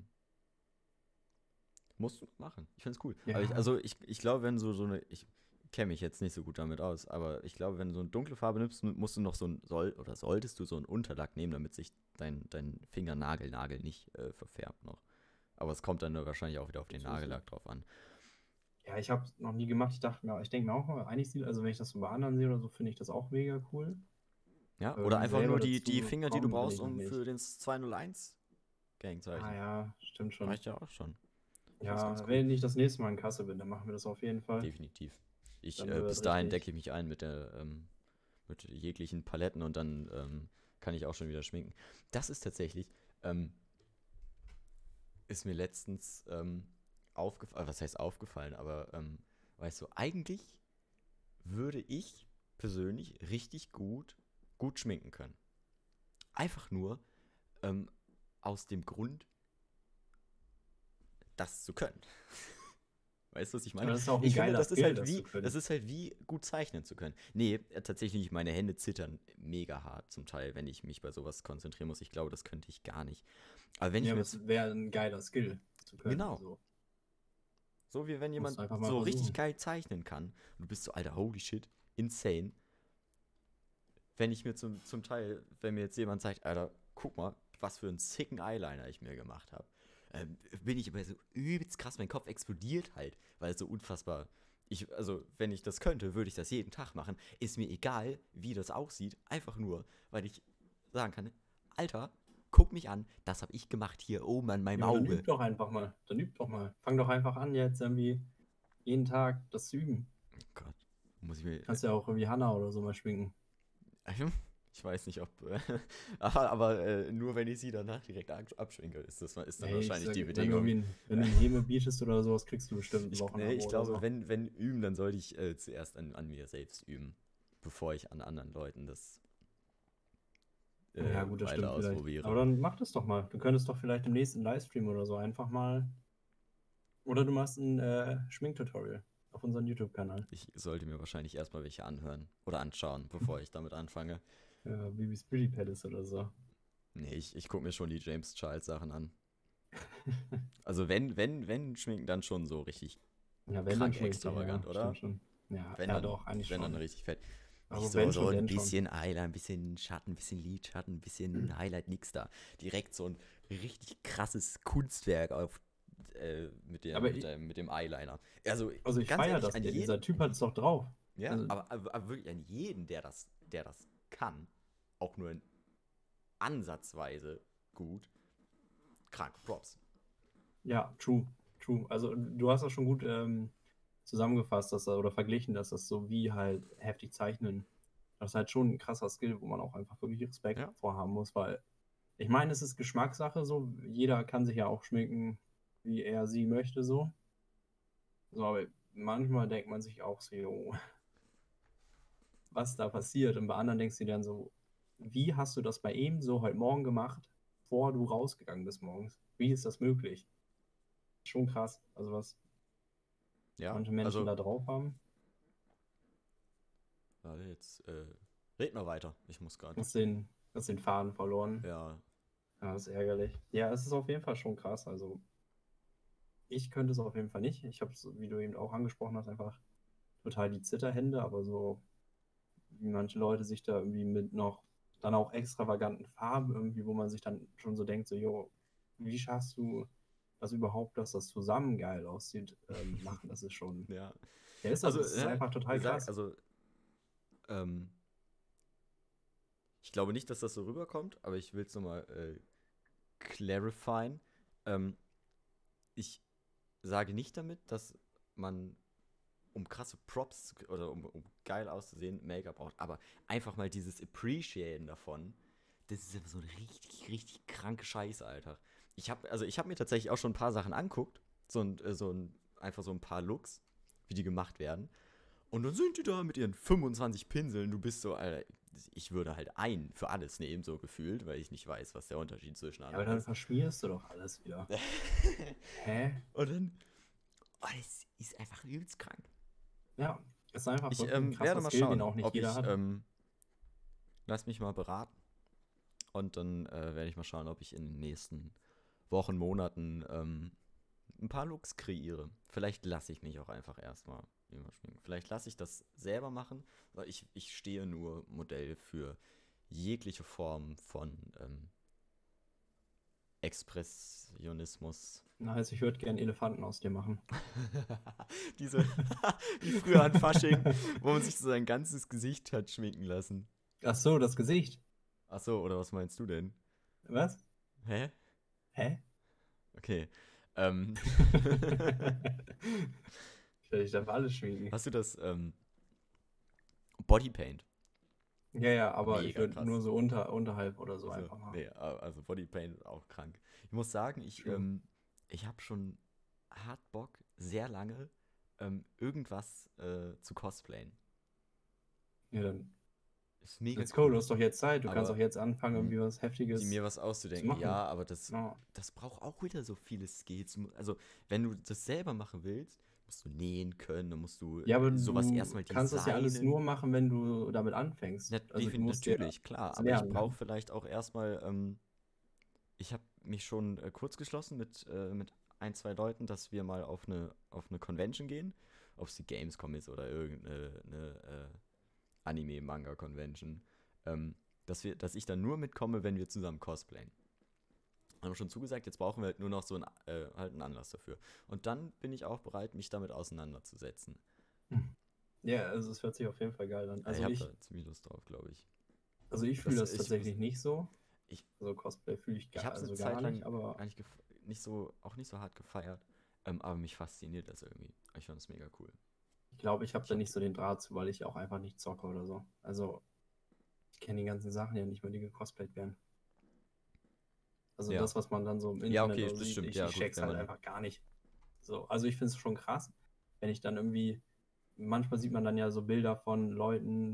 musst du machen. Ich finde es cool. Aber ich, Ja, also ich, ich glaube, wenn so, so eine, ich kenne mich jetzt nicht so gut damit aus, aber ich glaube, wenn du so eine dunkle Farbe nimmst, musst du noch so ein, soll, oder solltest du so einen Unterlack nehmen, damit sich dein, dein Fingernagelnagel nicht äh, verfärbt noch. Aber es kommt dann nur wahrscheinlich auch wieder auf den gut zu wissen. Nagellack drauf an. Ja, ich habe es noch nie gemacht. Ich dachte mir, ich denke mir auch mal, eigentlich sieht, also wenn ich das so bei anderen sehe oder so, finde ich das auch mega cool. Ja, Aber oder irgendwie einfach selber nur die, dazu die Finger, die du gekommen bin brauchst, ich noch um für nicht. den Ah zweihunderteins-Gangzeichen. ja, stimmt schon. Reicht ja auch schon. Ich finde es ganz Ja, cool. wenn ich das nächste Mal in Kasse bin, dann machen wir das auf jeden Fall. Definitiv. Ich, Dann äh, wird bis dahin richtig. decke ich mich ein mit der, ähm, mit jeglichen Paletten und dann ähm, kann ich auch schon wieder schminken. Das ist tatsächlich, ähm, ist mir letztens ähm, aufgefallen, was heißt aufgefallen, aber ähm, weißt du, eigentlich würde ich persönlich richtig gut, gut schminken können. Einfach nur ähm, aus dem Grund, das zu können. Weißt du, was ich meine? Aber das ist auch ein Ich finde, geiler das ist Skill, halt das zu wie, das können. ist halt wie gut zeichnen zu können. Nee, äh, tatsächlich, meine Hände zittern mega hart zum Teil, wenn ich mich bei sowas konzentrieren muss. Ich glaube, das könnte ich gar nicht. Aber wenn ich Ja, mir aber jetzt, es wäre ein geiler Skill zu können. genau, So, so wie wenn musst jemand du einfach mal so richtig versuchen. geil zeichnen kann und du bist so, Alter, holy shit, insane. Wenn ich mir zum, zum Teil, wenn mir jetzt jemand sagt, Alter, guck mal, was für einen sicken Eyeliner ich mir gemacht habe, ähm, bin ich aber so übelst krass, mein Kopf explodiert halt, weil es so unfassbar, ich, also wenn ich das könnte, würde ich das jeden Tag machen. Ist mir egal, wie das aussieht, einfach nur, weil ich sagen kann, Alter, guck mich an, das habe ich gemacht hier oben an meinem Ja, aber dann üb Auge. doch einfach mal. Dann üb doch mal. Fang doch einfach an, jetzt irgendwie jeden Tag das zu üben. Oh Gott, muss ich mir, Kannst ja auch irgendwie Hannah oder so mal schminken. ich weiß nicht, ob, aber, aber äh, nur wenn ich sie danach direkt abschminke, ist das ist dann Hey, ich wahrscheinlich sag, die wenn du, Bedingung. irgendwie ein, wenn du ein Heme bietest oder sowas, kriegst du bestimmt ein Ich, nee, Wochenabo ich oder glaube, so. wenn, wenn üben, dann sollte ich äh, zuerst an, an mir selbst üben, bevor ich an anderen Leuten das äh, Ja, gut, das weiter stimmt vielleicht. ausprobiere. Aber dann mach das doch mal. Du könntest doch vielleicht im nächsten Livestream oder so einfach mal. Oder du machst ein äh, Schminktutorial auf unserem YouTube-Kanal. Ich sollte mir wahrscheinlich erstmal welche anhören oder anschauen, bevor ich damit anfange. Ja, Bibis Beauty Palace oder so. Nee, ich, ich gucke mir schon die James Charles Sachen an. Also wenn, wenn, wenn schminken, dann schon so richtig Ja, wenn, dann krank schminkst du, extravagant, ja, oder? stimmt schon. Ja, Wenn ja, dann, doch, eigentlich wenn dann schon. richtig fett. Nicht Also so, wenn so schon, ein denn schon. bisschen Eyeliner, ein bisschen Schatten, ein bisschen Lidschatten, ein bisschen Highlight, nix da. Direkt so ein richtig krasses Kunstwerk auf, äh, mit, der, Aber mit, ich, der, mit dem Eyeliner. Also also ich ganz feiere ehrlich, das. an Der, jeden, dieser Typ hat es doch drauf. ja, Also, aber, aber, aber wirklich an jeden, der das, der das kann, auch nur in ansatzweise gut, krank, Props. ja, true, true. Also du hast das schon gut ähm, zusammengefasst, dass, er- oder verglichen, dass das so wie halt heftig zeichnen. Das ist halt schon ein krasser Skill, wo man auch einfach wirklich Respekt Ja. vorhaben muss, weil ich meine, es ist Geschmackssache so. Jeder kann sich ja auch schminken, wie er sie möchte, so. So, aber manchmal denkt man sich auch so, jo, was da passiert. Und bei anderen denkst du dir dann so, wie hast du das bei ihm so heute Morgen gemacht, bevor du rausgegangen bist morgens? Wie ist das möglich? Schon krass. Also was Ja, manche Menschen also, da drauf haben. warte, jetzt, äh, red mal weiter. Ich muss gerade. Hast den, hast den Faden verloren. Ja, Ja, das ist ärgerlich. Ja, es ist auf jeden Fall schon krass. Also ich könnte es auf jeden Fall nicht. Ich habe es, wie du eben auch angesprochen hast, einfach total die Zitterhände, aber so wie manche Leute sich da irgendwie mit noch dann auch extravaganten Farben irgendwie, wo man sich dann schon so denkt, so, jo, wie schaffst du das überhaupt, dass das zusammen geil aussieht, ähm, machen? Das ist schon, ja. ja, ist das, Also, es ist ne, einfach total wie gesagt, krass. also, ähm, ich glaube nicht, dass das so rüberkommt, aber ich will es nochmal äh, clarifyen. Ähm, ich sage nicht damit, dass man, um krasse Props oder um, um geil auszusehen, Make-up braucht, aber einfach mal dieses Appreciaten davon, das ist einfach so eine richtig, richtig kranke Scheiße, Alter. Ich habe also ich habe mir tatsächlich auch schon ein paar Sachen anguckt, so ein, äh, so ein, einfach so ein paar Looks, wie die gemacht werden. Und dann sind die da mit ihren fünfundzwanzig Pinseln. Du bist so, Alter, ich würde halt einen für alles nehmen, so gefühlt, weil ich nicht weiß, was der Unterschied zwischen Ja, aber anderen dann ist. verschmierst du doch alles wieder. Hä? Und dann, oh, das ist einfach übelst krank. Ja, ist einfach Ich wirklich ein ähm, krasser werde mal Skill, den schauen, auch nicht ob jeder ich, hat. ähm, lass mich mal beraten. Und dann äh, werde ich mal schauen, ob ich in den nächsten Wochen, Monaten ähm, ein paar Looks kreiere. Vielleicht lasse ich mich auch einfach erstmal überschminken. Vielleicht lasse ich das selber machen, weil ich, ich stehe nur Modell für jegliche Form von ähm, Expressionismus. Nice, ich würde gerne Elefanten aus dir machen. Diese, wie früher an Fasching, wo man sich so sein ganzes Gesicht hat schminken lassen. Ach so, das Gesicht. Achso, oder was meinst du denn? Was? Hä? Hä? Okay. Ähm. Ich darf alles schminken. Hast du das ähm, Bodypaint? Ja, ja, aber ich Mega würde nur krass. so unter, unterhalb oder so Also, einfach mal. nee, also Bodypaint auch krank. Ich muss sagen, ich, True. ähm, ich habe schon hart Bock, sehr lange ähm, irgendwas äh, zu cosplayen. Ja, dann. Ist mega Let's go, du cool. hast doch jetzt Zeit. Du kannst Aber doch jetzt anfangen, mh, irgendwie was die mir Heftiges was zu auszudenken. machen. Ja, aber das, Ja. das braucht auch wieder so viele Skills. Also, wenn du das selber machen willst, musst du nähen können, dann musst du Ja, aber sowas du erstmal kannst das ja alles nur designen. machen, wenn du damit anfängst. Na, Also du defin- musst ja natürlich, klar, das aber ich lernen. brauche Ne? vielleicht auch erstmal, ähm, ich habe mich schon äh, kurz geschlossen mit, äh, mit ein, zwei Leuten, dass wir mal auf eine, auf eine Convention gehen. Ob es die Gamescom ist oder irgendeine eine, äh, Anime-Manga-Convention. Ähm, dass, wir, dass ich dann nur mitkomme, wenn wir zusammen cosplayen. Haben schon zugesagt, jetzt brauchen wir halt nur noch so einen, äh, halt einen Anlass dafür. Und dann bin ich auch bereit, mich damit auseinanderzusetzen. Ja, also es hört sich auf jeden Fall geil an. Ja, ich Also habe ich, da ziemlich Lust drauf, glaube ich. also ich fühle Das, das ich muss, tatsächlich nicht so. ich, Also Cosplay fühle ich ich gar, habe es eine also Zeit gar nicht, lang aber gar nicht, gef- nicht so, auch nicht so hart gefeiert. Ähm, aber mich fasziniert das irgendwie. Ich fand das mega cool. ich glaube, ich habe Ich da hab, nicht so den Draht zu, weil ich auch einfach nicht zocke oder so. Also ich kenne die ganzen Sachen ja nicht mehr, die gecosplayt werden. Also ja. das, was man dann so im Ja, Internet okay, oder das sieht, stimmt. ich, Ja, ich gut, check's wenn halt man. einfach gar nicht. So, also ich finde es schon krass, wenn ich dann irgendwie, manchmal sieht man dann ja so Bilder von Leuten,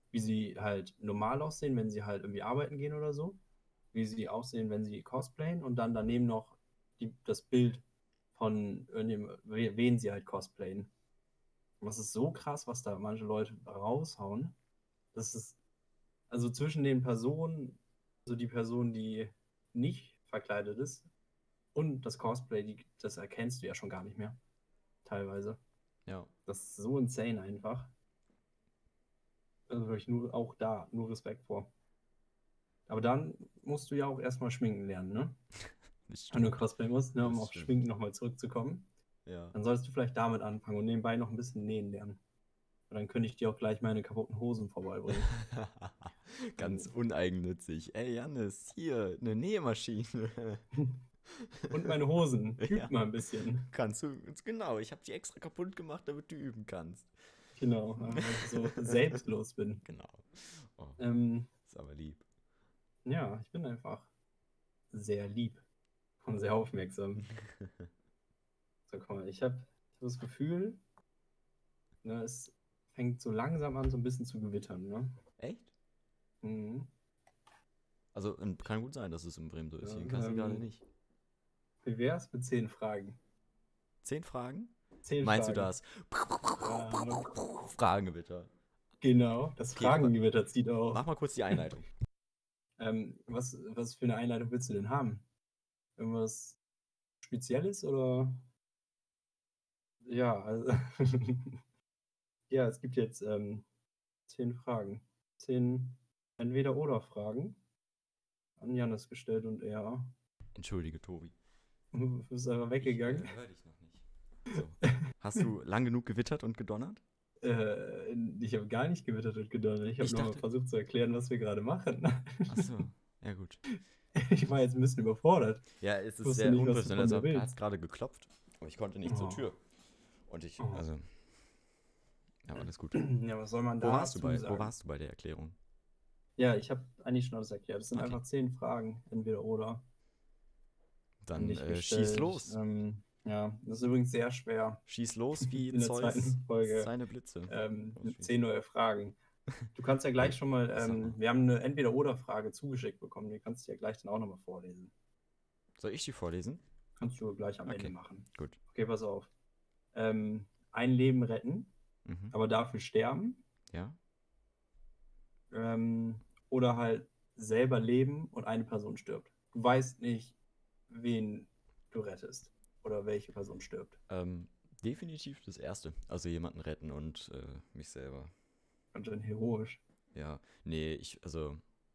wie sie halt normal aussehen, wenn sie halt irgendwie arbeiten gehen oder so, wie sie aussehen, wenn sie cosplayen und dann daneben noch die, das Bild von irgendem, we- wen sie halt cosplayen. Und das ist so krass, was da manche Leute raushauen. Das ist, also zwischen den Personen, so die Person, die nicht verkleidet ist, und das Cosplay, die, das erkennst du ja schon gar nicht mehr, teilweise. Ja. Das ist so insane einfach. Also wirklich nur auch da, nur Respekt vor. Aber dann musst du ja auch erstmal schminken lernen, ne? Das Wenn du stimmt. Cosplay musst, ne, um Das auf stimmt. Schminken nochmal zurückzukommen. Ja. Dann solltest du vielleicht damit anfangen und nebenbei noch ein bisschen nähen lernen. Und dann könnte ich dir auch gleich meine kaputten Hosen vorbeibringen. Ganz Ähm, uneigennützig. Ey, Jannis, hier, eine Nähmaschine. Und meine Hosen. Ja, Übt mal ein bisschen. kannst du. Genau, ich habe die extra kaputt gemacht, damit du üben kannst. Genau, äh, weil ich so selbstlos bin. Genau. Oh, Ähm, ist aber lieb. ja, ich bin einfach sehr lieb und sehr aufmerksam. So, guck mal, ich habe hab das Gefühl, ne, es fängt so langsam an, so ein bisschen zu gewittern. Ne? Echt? Mhm. Also, ähm, kann gut sein, dass es in Bremen so ist. Hier in Ja, Kassel gerade ähm, nicht. wie wär's mit zehn Fragen? Zehn Fragen? Zehn Meinst du Fragen. das? Ja, Fragengewitter. genau, das Okay, mach mal, Fragengewitter zieht auf. mach mal kurz die Einleitung. Ähm, was, was für eine Einleitung willst du denn haben? Irgendwas Spezielles oder? Ja, also ja, es gibt jetzt ähm, zehn Fragen. Zehn Entweder-Oder-Fragen an Jannis gestellt und er Entschuldige, Tobi. ist einfach Ich weggegangen. äh, höre dich noch nicht. So. Hast du lang genug gewittert und gedonnert? Äh, ich habe gar nicht gewittert und gedonnert. Ich habe Ich nur mal dachte. versucht zu erklären, was wir gerade machen. Ach so. Ja, gut. Ich war jetzt ein bisschen überfordert. Ja, es Ich ist wusste sehr nicht, was du unprofessionell. von Also, mir da hat es willst. gerade geklopft. Aber ich konnte nicht zur Oh, Tür. Und ich, oh. also, ja, alles gut. Ja, was soll man Wo warst du dazu bei, wo sagen? warst du bei der Erklärung? Ja, ich habe eigentlich schon alles erklärt. Es sind Okay. einfach zehn Fragen, entweder oder, an Dann dich äh, schieß gestellt. los. Ähm, ja, das ist übrigens sehr schwer Schieß los wie in der Zeus zweiten Folge seine Blitze. ähm, Los, mit schieß. zehn neue Fragen. Du kannst ja Ey, gleich schon mal, sag mal. ähm, wir haben eine Entweder-Oder-Frage zugeschickt bekommen, die kannst du ja gleich dann auch nochmal vorlesen. Soll ich die vorlesen? Kannst du gleich am Ende Okay, machen. gut. Okay, pass auf. Ähm, ein Leben retten, Mhm. aber dafür sterben. Ja? Ähm, oder halt selber leben und eine Person stirbt. Du weißt nicht, wen du rettest oder welche Person stirbt. Ähm, definitiv das Erste. Also jemanden retten und äh, mich selber. Ganz schön heroisch. Ja. Nee, ich, also,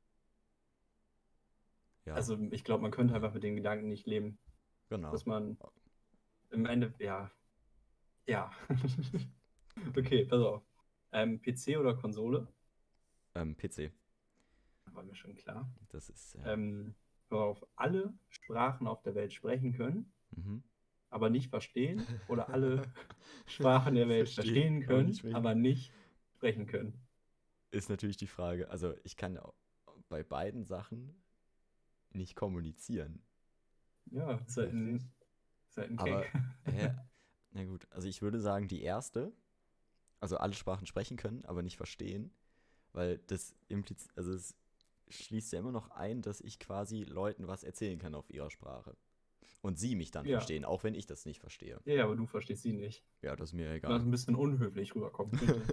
ja, Also ich glaube, man könnte einfach mit den Gedanken nicht leben, genau. dass man im Ende, ja, ja. Okay, pass auf. Ähm, P C oder Konsole? Ähm, P C. War mir schon klar. Das ist, ja. Ähm, worauf alle Sprachen auf der Welt sprechen können, Mhm. aber nicht verstehen. Oder alle Sprachen der Welt Verstehen, verstehen aber nicht können, sprechen. aber nicht sprechen können. Ist natürlich die Frage. Also, ich kann au- bei beiden Sachen nicht kommunizieren. Ja, ist halt Tatsächlich. ein, ist halt ein Gag. Aber, hä? Na gut, also ich würde sagen, die erste, also alle Sprachen sprechen können, aber nicht verstehen, weil das impliziert, also es schließt ja immer noch ein, dass ich quasi Leuten was erzählen kann auf ihrer Sprache. Und sie mich dann Ja. verstehen, auch wenn ich das nicht verstehe. Ja, aber du verstehst sie nicht. Ja, das ist mir Was egal. ein bisschen unhöflich rüberkommen könnte.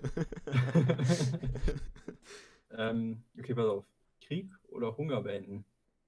ähm, okay, pass auf. Krieg oder Hunger beenden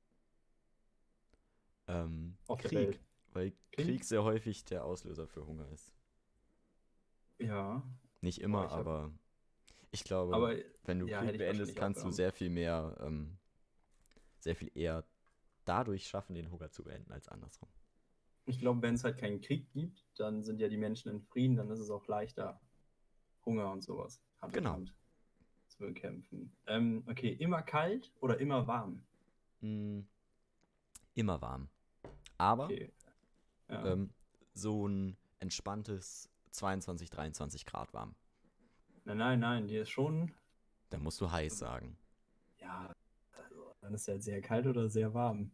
ähm, auf der Krieg, Welt? weil Krieg? Krieg sehr häufig der Auslöser für Hunger ist. Ja. Nicht Boah, immer, ich hab. aber ich glaube, Aber wenn du ja, Krieg hätte ich beendest, wahrscheinlich auch kannst du genommen. sehr viel mehr, ähm, sehr viel eher dadurch schaffen, den Hunger zu beenden, als andersrum. Ich glaube, wenn es halt keinen Krieg gibt, dann sind ja die Menschen in Frieden, dann ist es auch leichter, Hunger und sowas Hand in Genau. Hand zu bekämpfen. Ähm, okay, immer kalt oder immer warm? Mm, immer warm. Aber Okay, ja. ähm, so ein entspanntes zweiundzwanzig, dreiundzwanzig Grad warm. Nein, nein, nein, die ist schon, Da musst du heiß sagen. ja, also, dann ist ja sehr kalt oder sehr warm.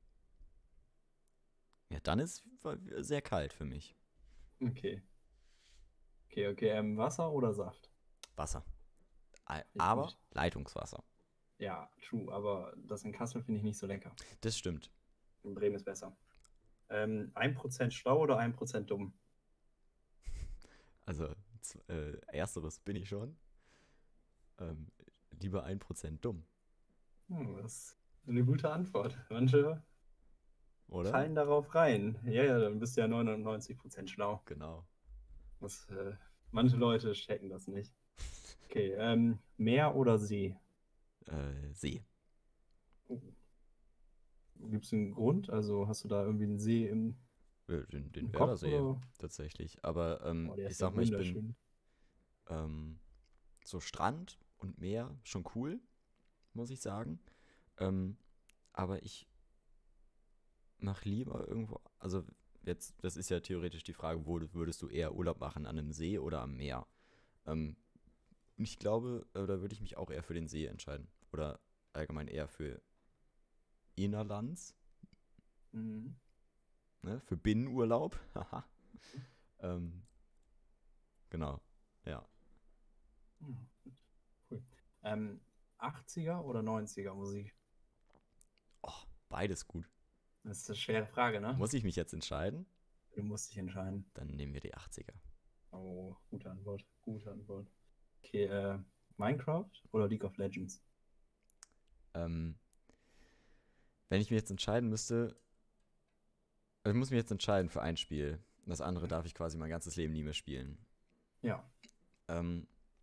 Ja, dann ist sehr kalt für mich. Okay, okay, okay, ähm, Wasser oder Saft? Wasser. A- Richtig Aber gut. Leitungswasser. Ja, true, aber das in Kassel finde ich nicht so lecker. Das stimmt. In Bremen ist besser. Ähm, ein Prozent schlau oder ein Prozent dumm? Also, z- äh, ersteres bin ich schon. Ähm, Lieber ein Prozent dumm, Hm, das ist eine gute Antwort. Manche oder? fallen darauf rein. Ja, ja, dann bist du ja neunundneunzig Prozent schlau. Genau. Das, äh, manche Leute checken das nicht. Okay, ähm, Meer oder See? Äh, See. Gibt es einen Grund? Also hast du da irgendwie einen See im, Äh, Den, den im Kopf Werdersee oder? tatsächlich. Aber ähm, Oh, der ich ist ja sag mal, ich bin wunderschön. ähm, so Strand und Meer schon cool, muss ich sagen. Ähm, aber ich mache lieber irgendwo, also jetzt, das ist ja theoretisch die Frage, wo würdest du eher Urlaub machen, an einem See oder am Meer? Ähm, ich glaube, äh, da würde ich mich auch eher für den See entscheiden. Oder allgemein eher für Innerlands, Mhm. ne? Für Binnenurlaub. Haha. ähm, genau, ja. Ja, cool. Ähm, achtziger oder neunziger Musik? Oh, beides gut. Das ist eine schwere Frage, ne? Muss ich mich jetzt entscheiden? Du musst dich entscheiden. Dann nehmen wir die achtziger. Oh, gute Antwort. Gute Antwort. Okay, äh, Minecraft oder League of Legends? Ähm, Wenn ich mich jetzt entscheiden müsste, also ich muss mich jetzt entscheiden für ein Spiel. Das andere darf ich quasi mein ganzes Leben nie mehr spielen. Ja. Ähm,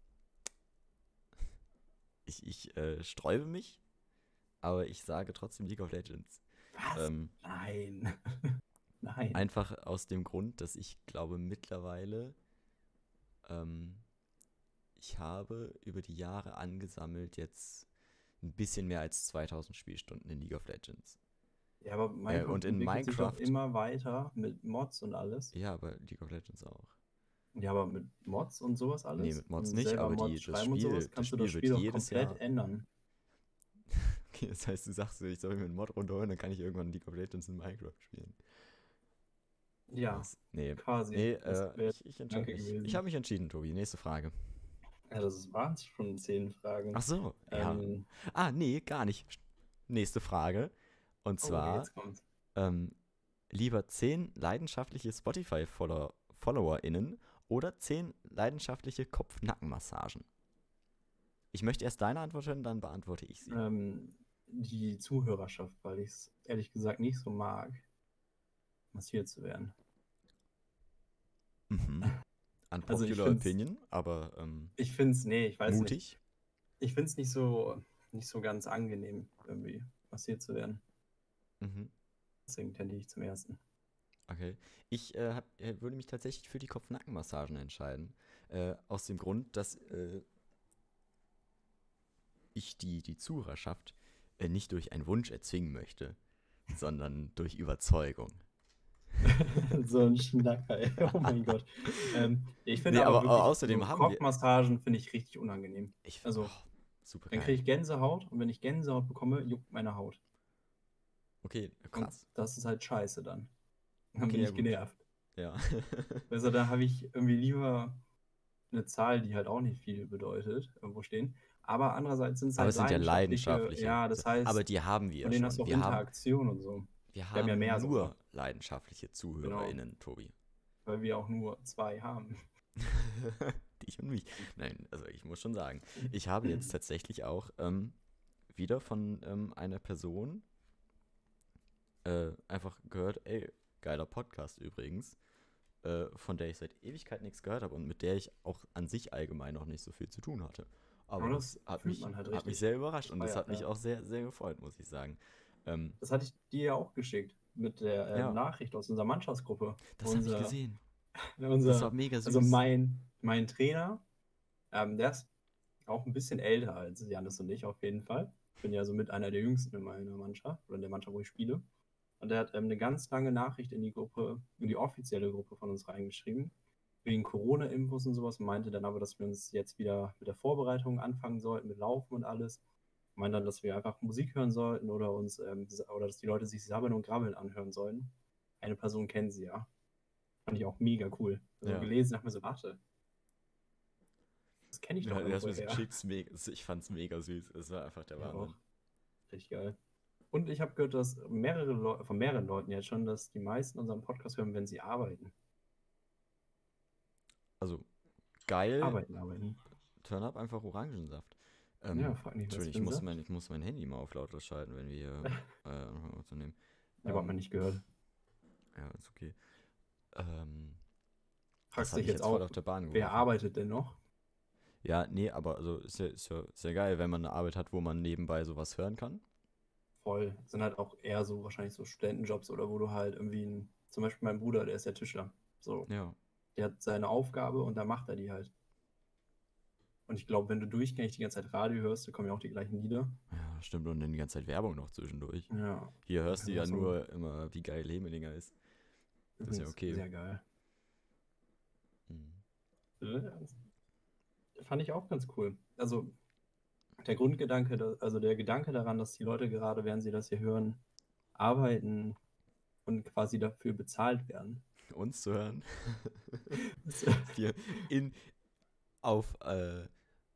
ich ich äh, sträube mich, aber ich sage trotzdem League of Legends. Was? Ähm, Nein. Nein. Einfach aus dem Grund, dass ich glaube mittlerweile, ähm, ich habe über die Jahre angesammelt jetzt ein bisschen mehr als zweitausend Spielstunden in League of Legends. Ja, aber Äh, Minecraft und in entwickelt sich doch Minecraft, immer weiter mit Mods und alles. ja, aber League of Legends auch. Ja, aber mit Mods und sowas Nee, alles mit Mods und nicht, selber aber Mods die, das schreiben und sowas, Spiel, das kannst du das Spiel wird Spiel doch jedes komplett Jahr. ändern. Okay, das heißt, du sagst, so, ich soll mir einen Mod runterholen, dann kann ich irgendwann League of Legends in Minecraft spielen. Ja, Das, nee, quasi. nee, Das äh, wäre ich, ich entscheide Danke mich. Ich gewesen. habe mich entschieden, Tobi. Nächste Frage. Ja, das waren schon zehn Ach Fragen. so, ja. Ähm, Ah, nee, gar nicht. Nächste Frage. Und oh, zwar, jetzt kommt's. ähm, lieber zehn leidenschaftliche Spotify-FollowerInnen oder zehn leidenschaftliche Kopf-Nacken-Massagen? Ich möchte erst deine Antwort hören, dann beantworte ich sie. Ähm, die Zuhörerschaft, weil ich es ehrlich gesagt nicht so mag, massiert zu werden. Mhm. Also ich Unpopular finde es, Opinion, aber ähm, ich finde es, nee, ich weiß nicht. mutig. Ich finde es nicht so, nicht so ganz angenehm, irgendwie massiert zu werden. Mhm. Deswegen tendiere ich zum ersten. Okay. Ich äh, hab, äh, würde mich tatsächlich für die Kopf-Nacken-Massagen entscheiden. Äh, aus dem Grund, dass äh, ich die, die Zuhörerschaft äh, nicht durch einen Wunsch erzwingen möchte, sondern durch Überzeugung. So ein Schnacker, ey. Oh mein Gott. Ähm, ich finde Nee, aber aber au- wirklich, so außerdem haben wir. Kopfmassagen finde ich richtig unangenehm. Ich, Also, oh, super dann kriege geil. ich Gänsehaut und wenn ich Gänsehaut bekomme, juckt meine Haut. Okay, Und krass. das ist halt scheiße dann. Dann Okay, bin ja ich gut. genervt. Ja. Also, da habe ich irgendwie lieber eine Zahl, die halt auch nicht viel bedeutet, irgendwo stehen. Aber andererseits sind es Aber halt es sind ja leidenschaftliche, leidenschaftliche. ja, So. das Aber heißt, die haben wir von ja denen hast du schon. auch Wir haben, Interaktion und so. wir Wir haben ja haben mehr sogar, nur leidenschaftliche genau, ZuhörerInnen, Tobi. weil wir auch nur zwei haben. Dich und mich. Nein, also ich muss schon sagen, ich habe jetzt tatsächlich auch ähm, wieder von ähm, einer Person äh, einfach gehört, ey, geiler Podcast übrigens, äh, von der ich seit Ewigkeit nichts gehört habe und mit der ich auch an sich allgemein noch nicht so viel zu tun hatte. Aber Aber das das hat fühlt mich, man halt hat mich richtig. sehr überrascht Das und das feiert, hat mich ja. auch sehr, sehr gefreut, muss ich sagen. Ähm, Das hatte ich dir ja auch geschickt mit der ähm, ja, Nachricht aus unserer Mannschaftsgruppe. das habe ich Unser, gesehen. Das war unser, mega also süß. mein, mein Trainer, ähm, der ist auch ein bisschen älter als Janis und ich auf jeden Fall. Ich bin ja so mit einer der Jüngsten in meiner Mannschaft oder in der Mannschaft, wo ich spiele. Und er hat ähm, eine ganz lange Nachricht in die Gruppe, in die offizielle Gruppe von uns reingeschrieben, wegen Corona-Infos und sowas, und meinte dann aber, dass wir uns jetzt wieder mit der Vorbereitung anfangen sollten, mit Laufen und alles. Meinte dann, dass wir einfach Musik hören sollten oder uns, ähm, oder dass die Leute sich Sabbeln und Grabbeln anhören sollen. Eine Person kennen sie ja. Fand ich auch mega cool. Also Ja, gelesen, dachte mir so, warte, das kenne ich doch Ja, der hast irgendwo mir so her. geschickt, mega, ich fand's mega süß. Es war einfach der Ja, Wahnsinn. auch. Richtig geil. Und ich habe gehört, dass mehrere Leute, von mehreren Leuten jetzt schon, dass die meisten unseren Podcast hören, wenn sie arbeiten. Also, geil, Arbeiten, arbeiten. Turn up einfach Orangensaft. Ja, Ähm, frag nicht, was Entschuldigung, für ich ein muss Saft. mein, ich muss mein Handy mal auf lautlos schalten, wenn wir hier äh, anfangen aufzunehmen. Ja, aber hat man Ähm, nicht gehört. ja, ist okay. Ähm, das Fragst hat dich mich jetzt jetzt voll auch, auf der Bahn wer geworfen. arbeitet denn noch? Ja, nee, aber also ist ja, ist ja sehr geil, wenn man eine Arbeit hat, wo man nebenbei sowas hören kann. Voll. Sind halt auch eher so wahrscheinlich so Studentenjobs oder wo du halt irgendwie, ein, zum Beispiel mein Bruder, der ist ja Tischler. So, Ja, der hat seine Aufgabe und da macht er die halt. Und ich glaube, wenn du durchgängig die ganze Zeit Radio hörst, da kommen ja auch die gleichen Lieder. ja, stimmt. Und dann die ganze Zeit Werbung noch zwischendurch. Ja, Hier hörst du einfach ja so nur immer, wie geil Hemelinger ist. Das ist ja übrigens okay. sehr geil. Mhm. Ja, fand ich auch ganz cool. Also der Grundgedanke, da- also der Gedanke daran, dass die Leute gerade, während sie das hier hören, arbeiten und quasi dafür bezahlt werden. Uns zu hören. Das, Wir in auf äh,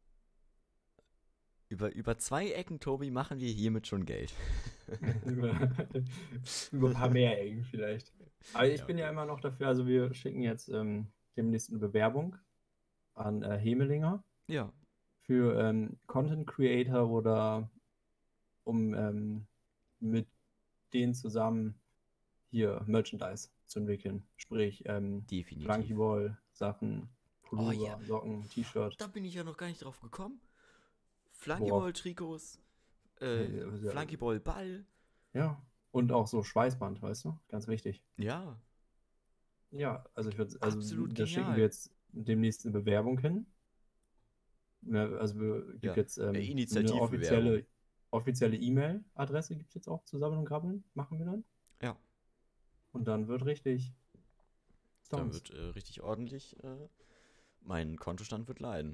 über, über zwei Ecken, Tobi, machen wir hiermit schon Geld. über, über ein paar mehr Ecken vielleicht. Aber ich Ja, bin ja okay. immer noch dafür, also wir schicken jetzt ähm, demnächst eine Bewerbung an äh, Hemelinger Ja, für ähm, Content Creator oder um ähm, mit denen zusammen hier Merchandise zu entwickeln. Sprich, ähm, definitiv. Flunkyball, Sachen, Oh ja, Pullover, Socken, T-Shirt. da bin ich ja noch gar nicht drauf gekommen. Worauf? Flunkyball-Trikots, äh, Hey, ja, Flunkyball-Ball. ja. Und auch so Schweißband, weißt du? Ganz wichtig. Ja, Ja, also ich würde, also absolut da schicken wir genial. jetzt demnächst eine Bewerbung hin. Ja, also wir, gibt Ja, jetzt äh, ähm, eine Initiativbewerbung. offizielle offizielle E-Mail-Adresse gibt es jetzt auch zusammen und krabbeln, machen wir dann. Ja, Und dann wird richtig da Songs. wird äh, richtig ordentlich, äh, mein Kontostand wird leiden.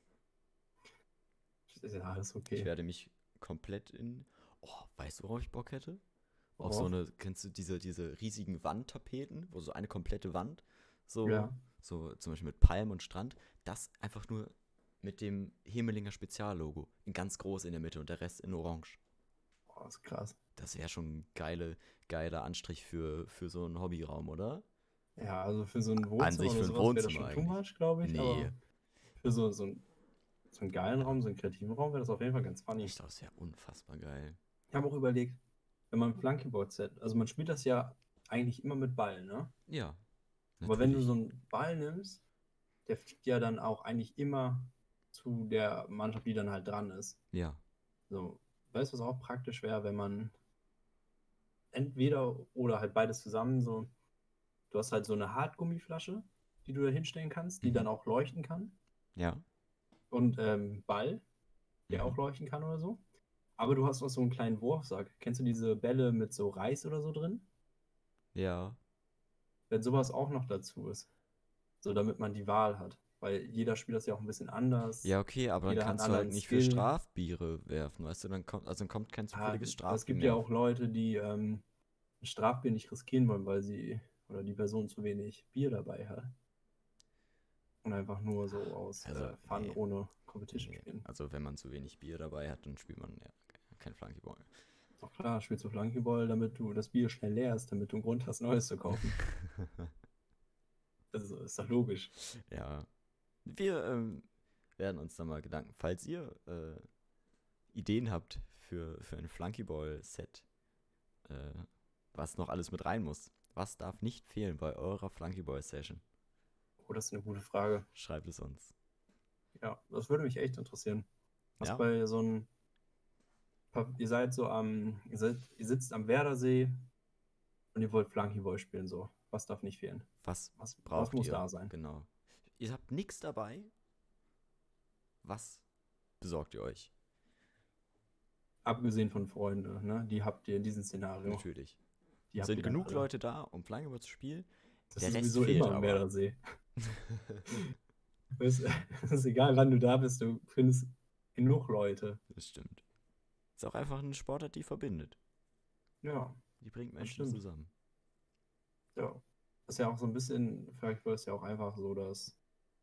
Ist ja alles Ich okay. werde mich komplett in. Oh, weißt du, worauf ich Bock hätte? Auf so Worauf? eine, kennst du diese, diese riesigen Wandtapeten, wo so eine komplette Wand, so, Ja. so zum Beispiel mit Palmen und Strand, das einfach nur mit dem Hemelinger Speziallogo in ganz groß in der Mitte und der Rest in Orange. Oh, ist krass. Das wäre schon ein geile, geiler Anstrich für, für so einen Hobbyraum, oder? Ja, also für so ein An Wohnzimmer sich oder für ein sowas wäre das Wohnzimmer schon too eigentlich. much, glaube ich. Nee, Aber für so, so, ein, so einen geilen Raum, so einen kreativen Raum wäre das auf jeden Fall ganz funny. ich glaube, das wäre unfassbar geil. Ich habe auch überlegt, wenn man ein Flunkyball-Set, also man spielt das ja eigentlich immer mit Ball, ne? Ja, Aber wenn du so natürlich. einen Ball nimmst, der fliegt ja dann auch eigentlich immer zu der Mannschaft, die dann halt dran ist. Ja, So, weißt du, was auch praktisch wäre, wenn man entweder oder halt beides zusammen so, du hast halt so eine Hartgummiflasche, die du da hinstellen kannst, die mhm. dann auch leuchten kann Ja, und ähm, Ball, der mhm. auch leuchten kann oder so. Aber du hast auch so einen kleinen Wurfsack. Kennst du diese Bälle mit so Reis oder so drin? Ja. Wenn sowas auch noch dazu ist, so damit man die Wahl hat. Weil jeder spielt das ja auch ein bisschen anders. Ja, okay, aber dann Jeder hat einen kannst du halt anderen nicht für Skill. Strafbiere werfen, weißt du? Dann kommt, also dann kommt kein Ah, zufälliges aber es Strafbier gibt ja mehr. auch Leute, die ähm, ein Strafbier nicht riskieren wollen, weil sie oder die Person zu wenig Bier dabei hat. Und einfach nur so aus Also, äh, Fun nee, ohne Competition nee. spielen. Also, wenn man zu wenig Bier dabei hat, dann spielt man ja kein Flunkyball. Doch klar, spielst du Flunkyball, damit du das Bier schnell leer hast, damit du einen Grund hast, Neues zu kaufen. Das ist, ist doch logisch. Ja. Wir ähm, werden uns dann mal Gedanken, falls ihr äh, Ideen habt für, für ein Flunkyball-Set, äh, was noch alles mit rein muss. Was darf nicht fehlen bei eurer Flunkyball-Session? Oh, das ist eine gute Frage. Schreibt es uns. Ja, das würde mich echt interessieren. Was Ja? bei so einem, ihr seid so am, ihr, seid, ihr sitzt am Werdersee und ihr wollt Flunkyball spielen, so. Was darf nicht fehlen? Was Was, was braucht muss ihr? da sein? Genau. Ihr habt nichts dabei. Was besorgt ihr euch? Abgesehen von Freunden, ne? Die habt ihr in diesem Szenario. Natürlich. Die habt ihr Sind dann genug alle. Leute da, um Flunkyball zu spielen? Das Der ist Rest sowieso fehlt immer am aber. Werdersee. Es ist egal, wann du da bist, du findest genug Leute. Das stimmt. Ist auch einfach eine Sportart, die verbindet. Ja, Die bringt das Menschen stimmt. zusammen. Ja. Das ist ja auch so ein bisschen, vielleicht war es ja auch einfach so, dass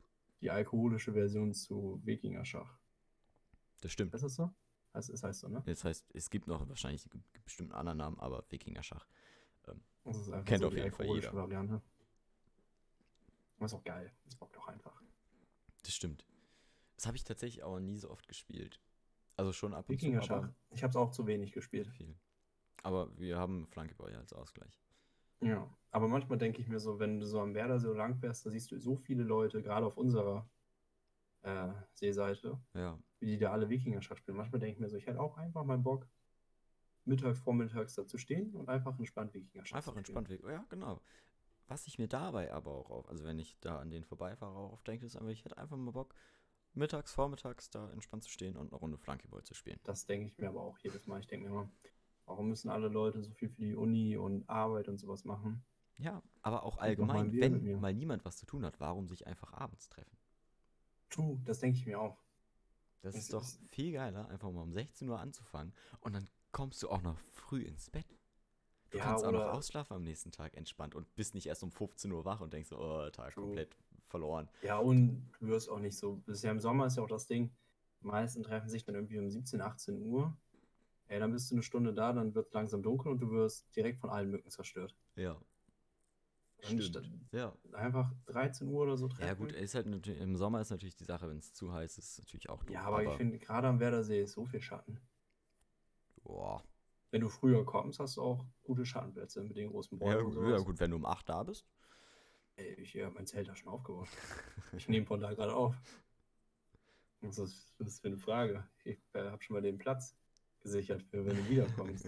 die alkoholische Version zu Wikingerschach. Das stimmt. Ist das so? Das ist, heißt so, ne? Das heißt, es gibt noch wahrscheinlich gibt bestimmt einen anderen Namen, aber Wikingerschach. Ähm, Das ist einfach kennt so auf die jeden Fall alkoholische jeder. Variante. Das ist auch geil. Das bockt auch einfach. Das stimmt. Das habe ich tatsächlich auch nie so oft gespielt. Also schon ab und zu, Wikingerschach. aber Ich habe es auch zu wenig gespielt. viel. Aber wir haben Flankeball ja als Ausgleich. Ja, aber manchmal denke ich mir so, wenn du so am Werdersee so lang fährst, da siehst du so viele Leute, gerade auf unserer äh, Seeseite, Ja, wie die da alle Wikingerschach spielen. Manchmal denke ich mir so, ich hätte auch einfach mal Bock, mittags, vormittags da zu stehen und einfach entspannt Wikingerschach einfach zu spielen. entspannt weg. Ja, genau. Was ich mir dabei aber auch auf, also wenn ich da an den vorbeifahre, auch oft denke, ist einfach, ich hätte einfach mal Bock, mittags, vormittags da entspannt zu stehen und eine Runde Flankeball zu spielen. Das denke ich mir aber auch jedes Mal. Ich denke mir immer, warum müssen alle Leute so viel für die Uni und Arbeit und sowas machen? Ja, aber auch Trink doch mal ein allgemein, Bier mit wenn mir. mal niemand was zu tun hat, warum sich einfach abends treffen? True, das denke ich mir auch. Das Es ist doch ist, viel geiler, einfach mal um sechzehn Uhr anzufangen und dann kommst du auch noch früh ins Bett. Du ja, kannst auch noch oder ausschlafen am nächsten Tag entspannt und bist nicht erst um fünfzehn Uhr wach und denkst so, oh, Tag true. komplett verloren. Ja, und du wirst auch nicht so. Bisher im Sommer ist ja auch das Ding, die meisten treffen sich dann irgendwie um siebzehn, achtzehn Uhr. Ey, dann bist du eine Stunde da, dann wird es langsam dunkel und du wirst direkt von allen Mücken zerstört. Ja, Dann statt stimmt. Ja. einfach dreizehn Uhr oder so Ja, gut, treffen. ist halt natürlich, im Sommer ist natürlich die Sache, wenn es zu heiß ist, natürlich auch doof. Ja, aber ich finde, gerade am Werdersee ist so viel Schatten. Boah. Wenn du früher kommst, hast du auch gute Schattenplätze mit den großen Ja, Bäumen und ja, sowas. gut, wenn du um acht da bist. Ey, ich habe mein Zelt da schon aufgebaut. Ich nehme von da gerade auf. Was ist das für eine Frage? Ich äh, habe schon mal den Platz gesichert für, wenn du wiederkommst.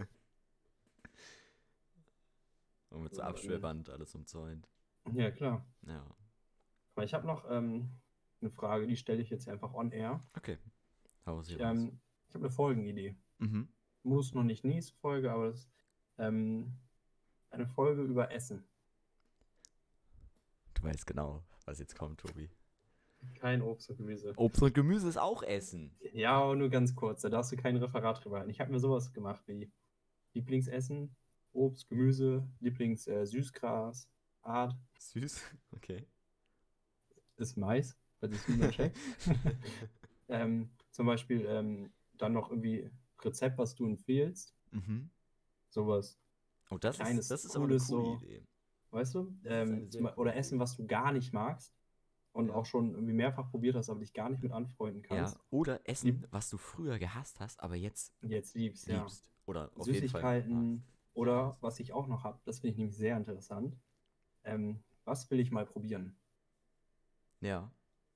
Und mit so So, dann, Absperrband alles umzäunt. ja, klar. Ja. Aber ich habe noch ähm, eine Frage, die stelle ich jetzt einfach on air. Okay. Hau sie Ich, raus. ähm, ich habe eine Folgenidee. Mhm. Muss noch nicht nächste Folge, aber das ist ähm, eine Folge über Essen. Du weißt genau, was jetzt kommt, Tobi. Kein Obst und Gemüse. Obst und Gemüse ist auch Essen. Ja, aber nur ganz kurz. Da darfst du kein Referat drüber halten. Ich habe mir sowas gemacht wie Lieblingsessen, Obst, Gemüse, Lieblings äh, Süßgras, Art Süß. Okay. ist Mais, weil das niemand checkt. ähm, zum Beispiel ähm, dann noch irgendwie Rezept, was du empfehlst. Mhm. Sowas Oh, das ist, Kleines, das ist aber eine Cooles, coole so, Idee. weißt du? Das ist eine Ähm, zum, sehr Be- coole oder Idee. Essen, was du gar nicht magst und Ja. auch schon irgendwie mehrfach probiert hast, aber dich gar nicht mit anfreunden Ja, kannst. oder Essen, Lieb was du früher gehasst hast, aber jetzt jetzt liebst, ja. liebst. Oder auf jeden Fall magst. Süßigkeiten oder was ich auch noch habe, das finde ich nämlich sehr interessant. Ähm, was will ich mal probieren? Ja.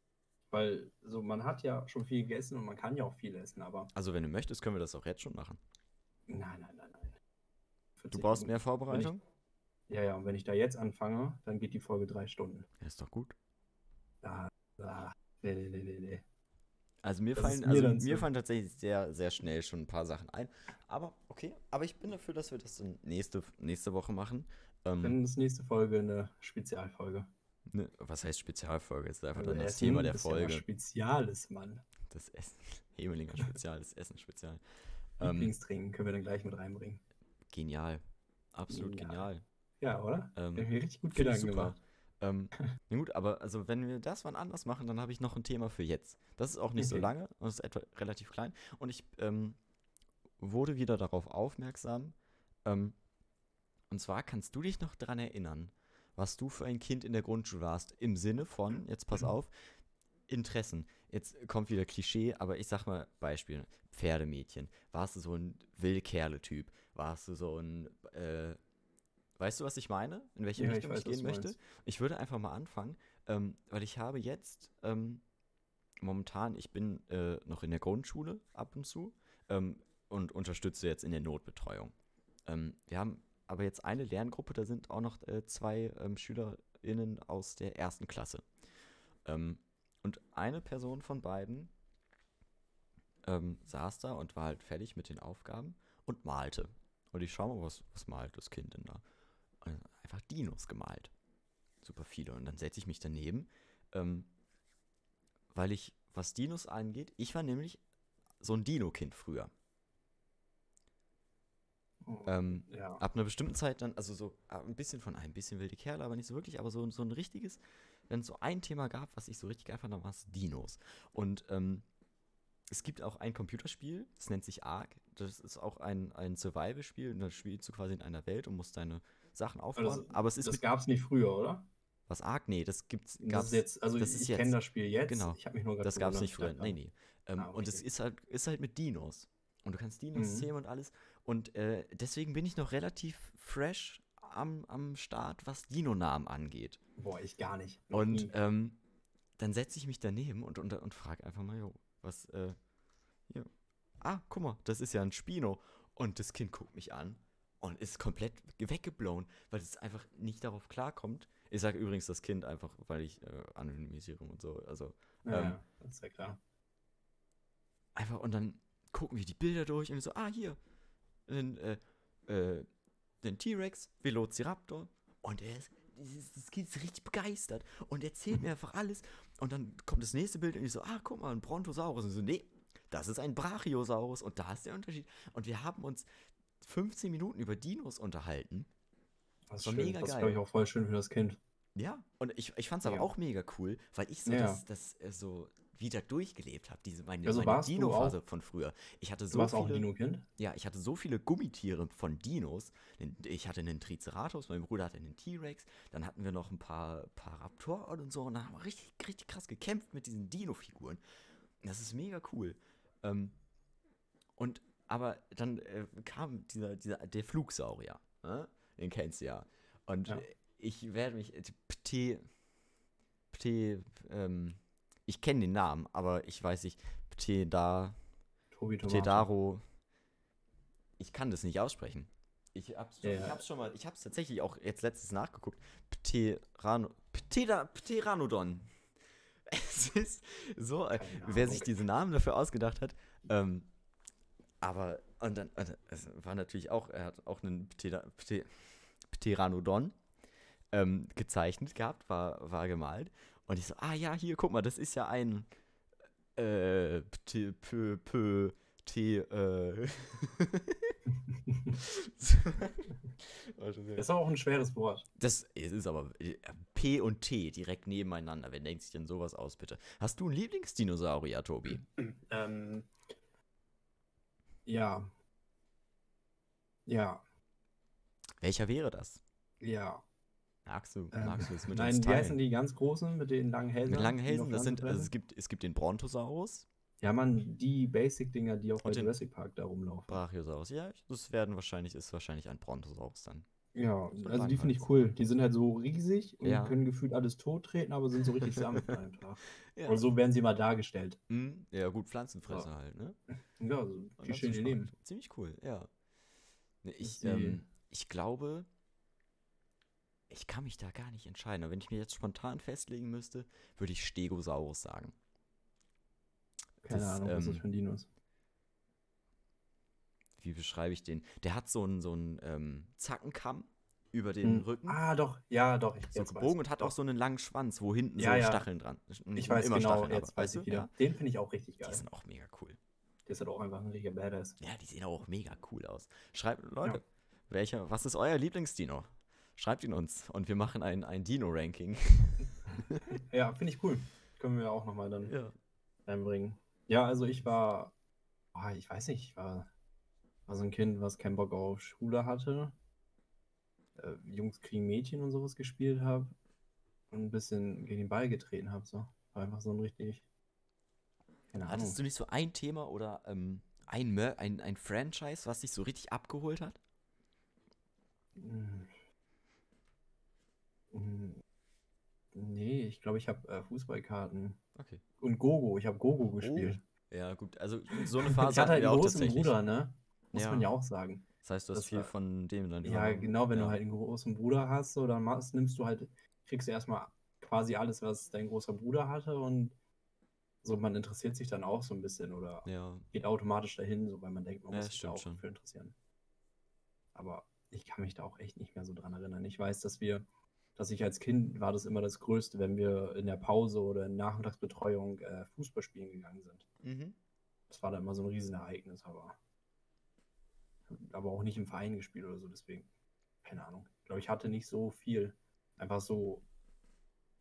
Weil so man hat ja schon viel gegessen und man kann ja auch viel essen, aber Also, wenn du möchtest, können wir das auch jetzt schon machen. nein, nein, nein, nein. Du vierzig brauchst mehr Minuten. Wenn ich, Vorbereitung? ja, ja, und wenn ich da jetzt anfange, dann geht die Folge drei Stunden. Ja, ist doch gut. Ah, ah, nee, nee, nee, nee, nee. Also mir Das ist fallen, mir also dann mir zu. fallen tatsächlich sehr, sehr schnell schon ein paar Sachen ein. Aber okay, aber ich bin dafür, dass wir das dann nächste, nächste Woche machen. Ähm, Dann ist nächste Folge eine Spezialfolge. ne, was heißt Spezialfolge? Es ist einfach Also dann das Thema Essen der ist ja was Folge. Speziales, Mann. Das Essen. Hemelinger Spezial, das Essen Spezial. Ähm, Lieblingstrinken können wir dann gleich mit reinbringen. genial. Absolut Genial. genial. Ja, oder? Ich Ähm, habe mir richtig gut Finde ich Gedanken super. gemacht. Ähm, na gut, aber also wenn wir das wann anders machen, dann habe ich noch ein Thema für jetzt. Das ist auch nicht so Okay. lange und ist etwa relativ klein. Und ich ähm, wurde wieder darauf aufmerksam. Ähm, und zwar kannst du dich noch daran erinnern, was du für ein Kind in der Grundschule warst. Im Sinne von, jetzt pass auf, Interessen. Jetzt kommt wieder Klischee, aber ich sag mal Beispiel. Pferdemädchen. Warst du so ein Will-Kerle-Typ? Warst du so ein, äh, weißt du, was ich meine? In welche Ja, ich Richtung ich weiß, was gehen du möchte? meinst. Ich würde einfach mal anfangen, ähm, weil ich habe jetzt ähm, momentan, ich bin äh, noch in der Grundschule ab und zu ähm, und unterstütze jetzt in der Notbetreuung. Ähm, wir haben aber jetzt eine Lerngruppe, da sind auch noch äh, zwei ähm, SchülerInnen aus der ersten Klasse. Ähm, und eine Person von beiden ähm, saß da und war halt fertig mit den Aufgaben und malte. Und ich schaue mal, was, was malt das Kind denn da? Und einfach Dinos gemalt. Super viele. Und dann setze ich mich daneben, ähm, weil ich, was Dinos angeht, ich war nämlich so ein Dino-Kind früher. Oh, Ähm, ja. ab einer bestimmten Zeit dann, also so äh, ein bisschen von ein bisschen wilde Kerle, aber nicht so wirklich, aber so, so ein richtiges wenn es so ein Thema gab, was ich so richtig geil fand, dann war es Dinos. Und ähm, es gibt auch ein Computerspiel, das nennt sich Ark. Das ist auch ein, ein Survival-Spiel. Da spielst du quasi in einer Welt und musst deine Sachen Aber das, aufbauen. Aber es ist das mit. gab es nicht früher, oder? Was Ark? Nee, das gibt's, Das ist gab's. jetzt, also Das ist ich kenne jetzt. das Spiel jetzt. Genau. Ich habe mich nur gerade Das gab's gewundert. nicht Ich früher. dachte Nee, gerade, nee. Ähm, ah, und es okay. ist halt, ist halt mit Dinos. Und du kannst Dinos Mhm. zähmen und alles. Und äh, deswegen bin ich noch relativ fresh am, am Start, was Dino-Namen angeht. Boah, ich gar nicht. Noch Und nie. ähm, dann setze ich mich daneben und, und, und frage einfach mal, jo, was, äh, hier. Ah, guck mal, das ist ja ein Spino. Und das Kind guckt mich an und ist komplett weggeblown, weil es einfach nicht darauf klarkommt. Ich sage übrigens das Kind einfach, weil ich äh, Anonymisierung und so, also Ja, ähm, ja, das ist ja klar. einfach und dann gucken wir die Bilder durch und so, ah, hier, ein, äh, äh, den T-Rex, Velociraptor und er ist, dieses, das Kind ist richtig begeistert und erzählt mir einfach alles und dann kommt das nächste Bild und ich so, ah, guck mal, ein Brontosaurus und so, nee, das ist ein Brachiosaurus und da ist der Unterschied und wir haben uns fünfzehn Minuten über Dinos unterhalten. Das Das ist war schön. mega Das ist, glaube ich, geil. auch voll schön für das Kind. Ja, und ich, ich fand es aber Mega. auch mega cool, weil ich so Ja. das, das äh, so wieder durchgelebt habe, diese meine, Also meine warst du Dino-Phase auch, von früher. Ich hatte du so warst auch ein viele, Dino-Kind? ja, ich hatte so viele Gummitiere von Dinos. Ich hatte einen Triceratops, mein Bruder hatte einen T-Rex, dann hatten wir noch ein paar, paar Raptoren und so und dann haben wir richtig, richtig krass gekämpft mit diesen Dino-Figuren. Das ist mega cool. Ähm, und aber dann äh, kam dieser, dieser, der Flugsaurier, ne? Den kennst du ja. Und Ja. ich werde mich, äh, Pte, Pte, ähm, ich kenne den Namen, aber ich weiß nicht, Pteda, Tobi Tomate. Ptedaro, ich kann das nicht aussprechen. Ich hab's, schon, ich Ja, hab's schon mal, ich hab's tatsächlich auch jetzt letztens nachgeguckt. Pterano, Ptera, Pteranodon. Es ist so, äh, keine wer sich Ahnung. diese Namen dafür ausgedacht hat. Ähm, aber, und dann, und es war natürlich auch, er hat auch einen Ptera, Pte, Pteranodon ähm, gezeichnet gehabt, war, war gemalt. Und ich so, ah ja, hier, guck mal, das ist ja ein äh, Pte, Pö, Pö, T, äh. Das ist aber auch ein schweres Wort. Das es ist aber äh, P und T direkt nebeneinander. Wer denkt sich denn sowas aus, bitte? Hast du einen Lieblingsdinosaurier, Tobi? Ähm, ja, ja, Welcher wäre das? ja. Magst du, Ähm, magst du es mit uns nein, wie heißen teilen? die ganz großen mit den langen Mit Hälsern, langen die noch Hälsen, das Pflanzen sind, also es fressen? gibt, es gibt den Brontosaurus Ja, Mann, die Basic-Dinger, die auch bei und den Jurassic Park da rumlaufen. Brachiosaurus. Ja, das werden wahrscheinlich, ist wahrscheinlich ein Brontosaurus dann. Ja, So also die finde ich langhals. cool. Die sind halt so riesig und Ja, können gefühlt alles tottreten, aber sind so richtig sanft einfach. Oder ja. so werden sie mal dargestellt. Hm, ja, gut, So. Pflanzenfresser halt, ne? Ja, so, Und die ganz so stehen ihr stark. Leben. Ziemlich cool, ja. Ne, Das ist Ich, die, ähm, ich glaube, ich kann mich da gar nicht entscheiden. Aber wenn ich mir jetzt spontan festlegen müsste, würde ich Stegosaurus sagen. keine Das, Ahnung, was das ähm, für ein Dino ist. wie beschreibe ich den? Der hat so einen so einen, ähm, Zackenkamm über den Hm. Rücken, Ah, doch, ja, doch, ich so jetzt weiß gebogen ich. und hat auch Doch. so einen langen Schwanz, wo hinten Ja, so ja, Stacheln dran. ich Nicht weiß immer genau, Stacheln, aber jetzt weiß weißt du? ich wieder. Ja. Den finde ich auch richtig Die geil. sind auch mega cool. Der ist halt auch einfach ein richtiger Badass. Ja, die sehen auch mega cool aus. Schreibt, Ja, Leute, welcher, was ist euer Lieblingsdino? Schreibt ihn uns und wir machen ein, ein Dino-Ranking. ja, finde ich cool. Können wir auch nochmal dann Ja. reinbringen. Ja, also ich war, ah, ich weiß nicht, ich war, war so ein Kind, was keinen Bock auf Schule hatte. Äh, Jungs kriegen Mädchen und sowas gespielt habe und ein bisschen gegen den Ball getreten habe. So. War einfach so ein richtig, keine Hattest Ahnung. du nicht so ein Thema oder ähm, ein, Mer ein, ein Franchise, was dich so richtig abgeholt hat? Hm, hm, Nee, ich glaube, ich habe äh, Fußballkarten Okay. und Gogo. Ich habe Gogo Oh. gespielt. Ja, gut. Also so eine Ich Phase hatte hatten halt wir einen auch großen tatsächlich. Bruder, ne? Muss man Ja. ja auch sagen. Das heißt, du hast Das, viel äh, von dem dann ja, übernommen. genau, wenn du Ja. halt einen großen Bruder hast, so, dann machst, nimmst du halt, kriegst du erstmal quasi alles, was dein großer Bruder hatte und so, man interessiert sich dann auch so ein bisschen oder Ja. geht automatisch dahin, so, weil man denkt, man Ja, muss das sich da stimmt auch schon. für interessieren. Aber ich kann mich da auch echt nicht mehr so dran erinnern. Ich weiß, dass wir, dass ich als Kind war das immer das Größte, wenn wir in der Pause oder in Nachmittagsbetreuung äh, Fußball spielen gegangen sind. Mhm. Das war dann immer so ein Riesenereignis, aber, aber auch nicht im Verein gespielt oder so, deswegen, keine Ahnung. Ich glaube, ich hatte nicht so viel. Einfach so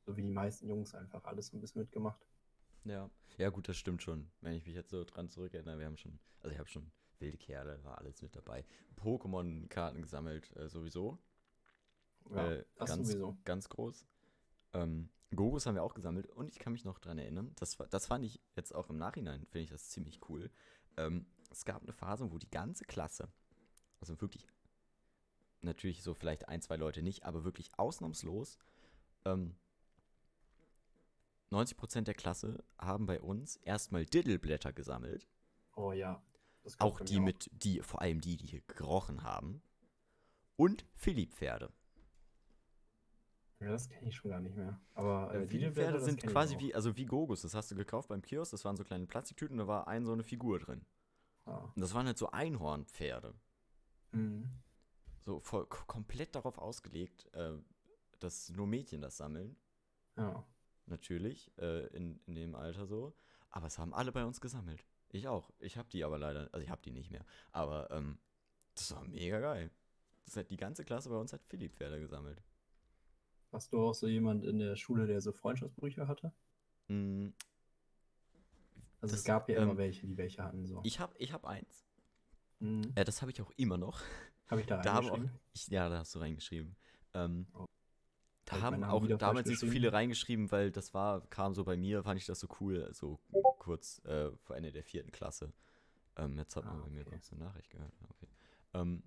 so wie die meisten Jungs einfach alles so ein bisschen mitgemacht. Ja. Ja, gut, das stimmt schon. Wenn ich mich jetzt so dran zurückerinnere, wir haben schon, also ich habe schon wilde Kerle, war alles mit dabei. Pokémon-Karten gesammelt, äh, sowieso. Ja, Äh, das ganz, sowieso. ganz groß. Ähm, Gogos haben wir auch gesammelt und ich kann mich noch dran erinnern, das, war- das fand ich jetzt auch im Nachhinein, finde ich das ziemlich cool. Ähm, es gab eine Phase, wo die ganze Klasse, also wirklich, natürlich so vielleicht ein, zwei Leute nicht, aber wirklich ausnahmslos, ähm, neunzig Prozent der Klasse haben bei uns erstmal Diddleblätter gesammelt. Oh ja, das gab's Auch bei die mir auch. mit, die, vor allem die, die hier gerochen haben. Und Philipp-Pferde. Ja, das kenne ich schon gar nicht mehr. Aber Äh, äh, Philipp-Pferde Didelblätter, das sind kenne ich quasi noch. wie, also wie Gogos. Das hast du gekauft beim Kiosk. Das waren so kleine Plastiktüten. Da war ein so eine Figur drin. Ja. Und das waren halt so Einhornpferde. Mhm. So voll, k- komplett darauf ausgelegt, äh, dass nur Mädchen das sammeln. Ja. Natürlich, äh, in, in dem Alter so. Aber es haben alle bei uns gesammelt. Ich auch. Ich habe die aber leider, also ich habe die nicht mehr. Aber ähm, das war mega geil. Das hat die ganze Klasse bei uns hat Philipp-Pferde gesammelt. Warst du auch so jemand in der Schule, der so Freundschaftsbrüche hatte? Mm, Also es das, gab ja immer ähm, welche, die welche hatten so. ich habe ich hab eins. Mhm. Äh, das habe ich auch immer noch. Habe ich da Da haben auch, reingeschrieben? ich, ja, da hast du reingeschrieben. Ähm, Oh, habe da ich meinen haben Namen auch wieder falsch damals nicht so viele geschrieben? reingeschrieben, weil das war, kam so bei mir, fand ich das so cool, so kurz äh, vor Ende der vierten Klasse. Ähm, jetzt hat man Ah, bei mir okay. kurz eine Nachricht gehört. Ja, okay. Ähm,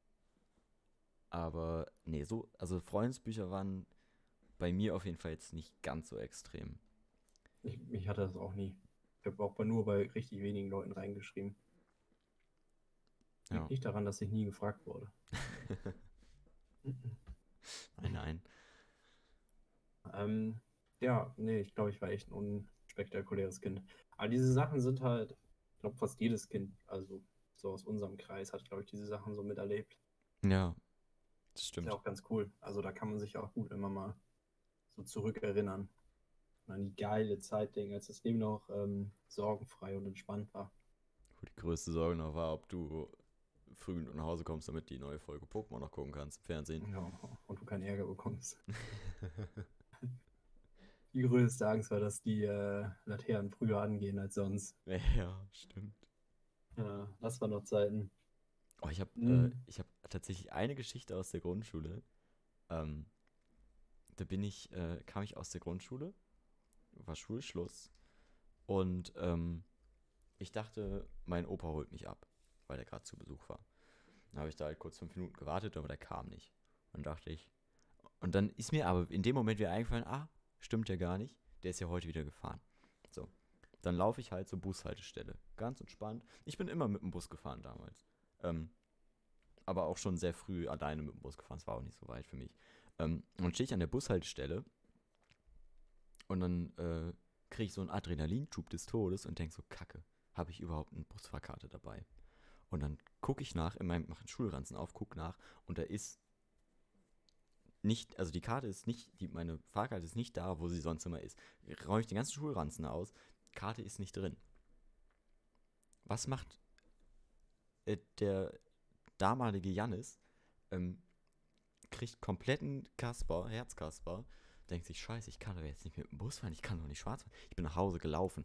aber nee, so, also Freundesbücher waren bei mir auf jeden Fall jetzt nicht ganz so extrem. Ich, ich hatte das auch nie. Ich habe auch bei, nur bei richtig wenigen Leuten reingeschrieben. Liegt Ja. nicht daran, dass ich nie gefragt wurde. Nein, nein. Ähm, ja, nee, ich glaube, ich war echt ein unspektakuläres Kind. Aber diese Sachen sind halt, ich glaube, fast jedes Kind, also so aus unserem Kreis, hat, glaube ich, diese Sachen so miterlebt. Ja, das Ist ja stimmt. auch ganz cool. Also da kann man sich auch gut immer mal so zurückerinnern und an die geile Zeit denken, als das Leben noch ähm, sorgenfrei und entspannt war. Wo die größte Sorge noch war, ob du früh nach Hause kommst, damit die neue Folge Pokémon noch gucken kannst im Fernsehen. Ja, und du keinen Ärger bekommst. Die größte Angst war, dass die äh, Laternen früher angehen als sonst. Ja, stimmt. Ja, das waren noch Zeiten. Oh, ich habe äh, Mhm. ich hab tatsächlich eine Geschichte aus der Grundschule. Ähm, da bin ich, äh, kam ich aus der Grundschule, war Schulschluss und ähm, ich dachte, mein Opa holt mich ab, weil der gerade zu Besuch war. Dann habe ich da halt kurz fünf Minuten gewartet, aber der kam nicht. Dann dachte ich, und dann ist mir aber in dem Moment wieder eingefallen, ah, stimmt ja gar nicht, der ist ja heute wieder gefahren. So, dann laufe ich halt zur Bushaltestelle, ganz entspannt. Ich bin immer mit dem Bus gefahren damals. Ähm, aber auch schon sehr früh alleine mit dem Bus gefahren. Es war auch nicht so weit für mich. Ähm, und dann stehe ich an der Bushaltestelle und dann äh, kriege ich so einen Adrenalinschub des Todes und denke so, Kacke, habe ich überhaupt eine Busfahrkarte dabei? Und dann gucke ich nach, in meinem, mache einen Schulranzen auf, gucke nach und da ist nicht, also die Karte ist nicht, die, meine Fahrkarte ist nicht da, wo sie sonst immer ist. Räume ich den ganzen Schulranzen aus, Karte ist nicht drin. Was macht äh, der damalige Jannis? Ähm, Kriegt kompletten Kasper, Herzkasper, denkt sich, scheiße, ich kann doch jetzt nicht mit dem Bus fahren, ich kann doch nicht schwarz fahren. Ich bin nach Hause gelaufen.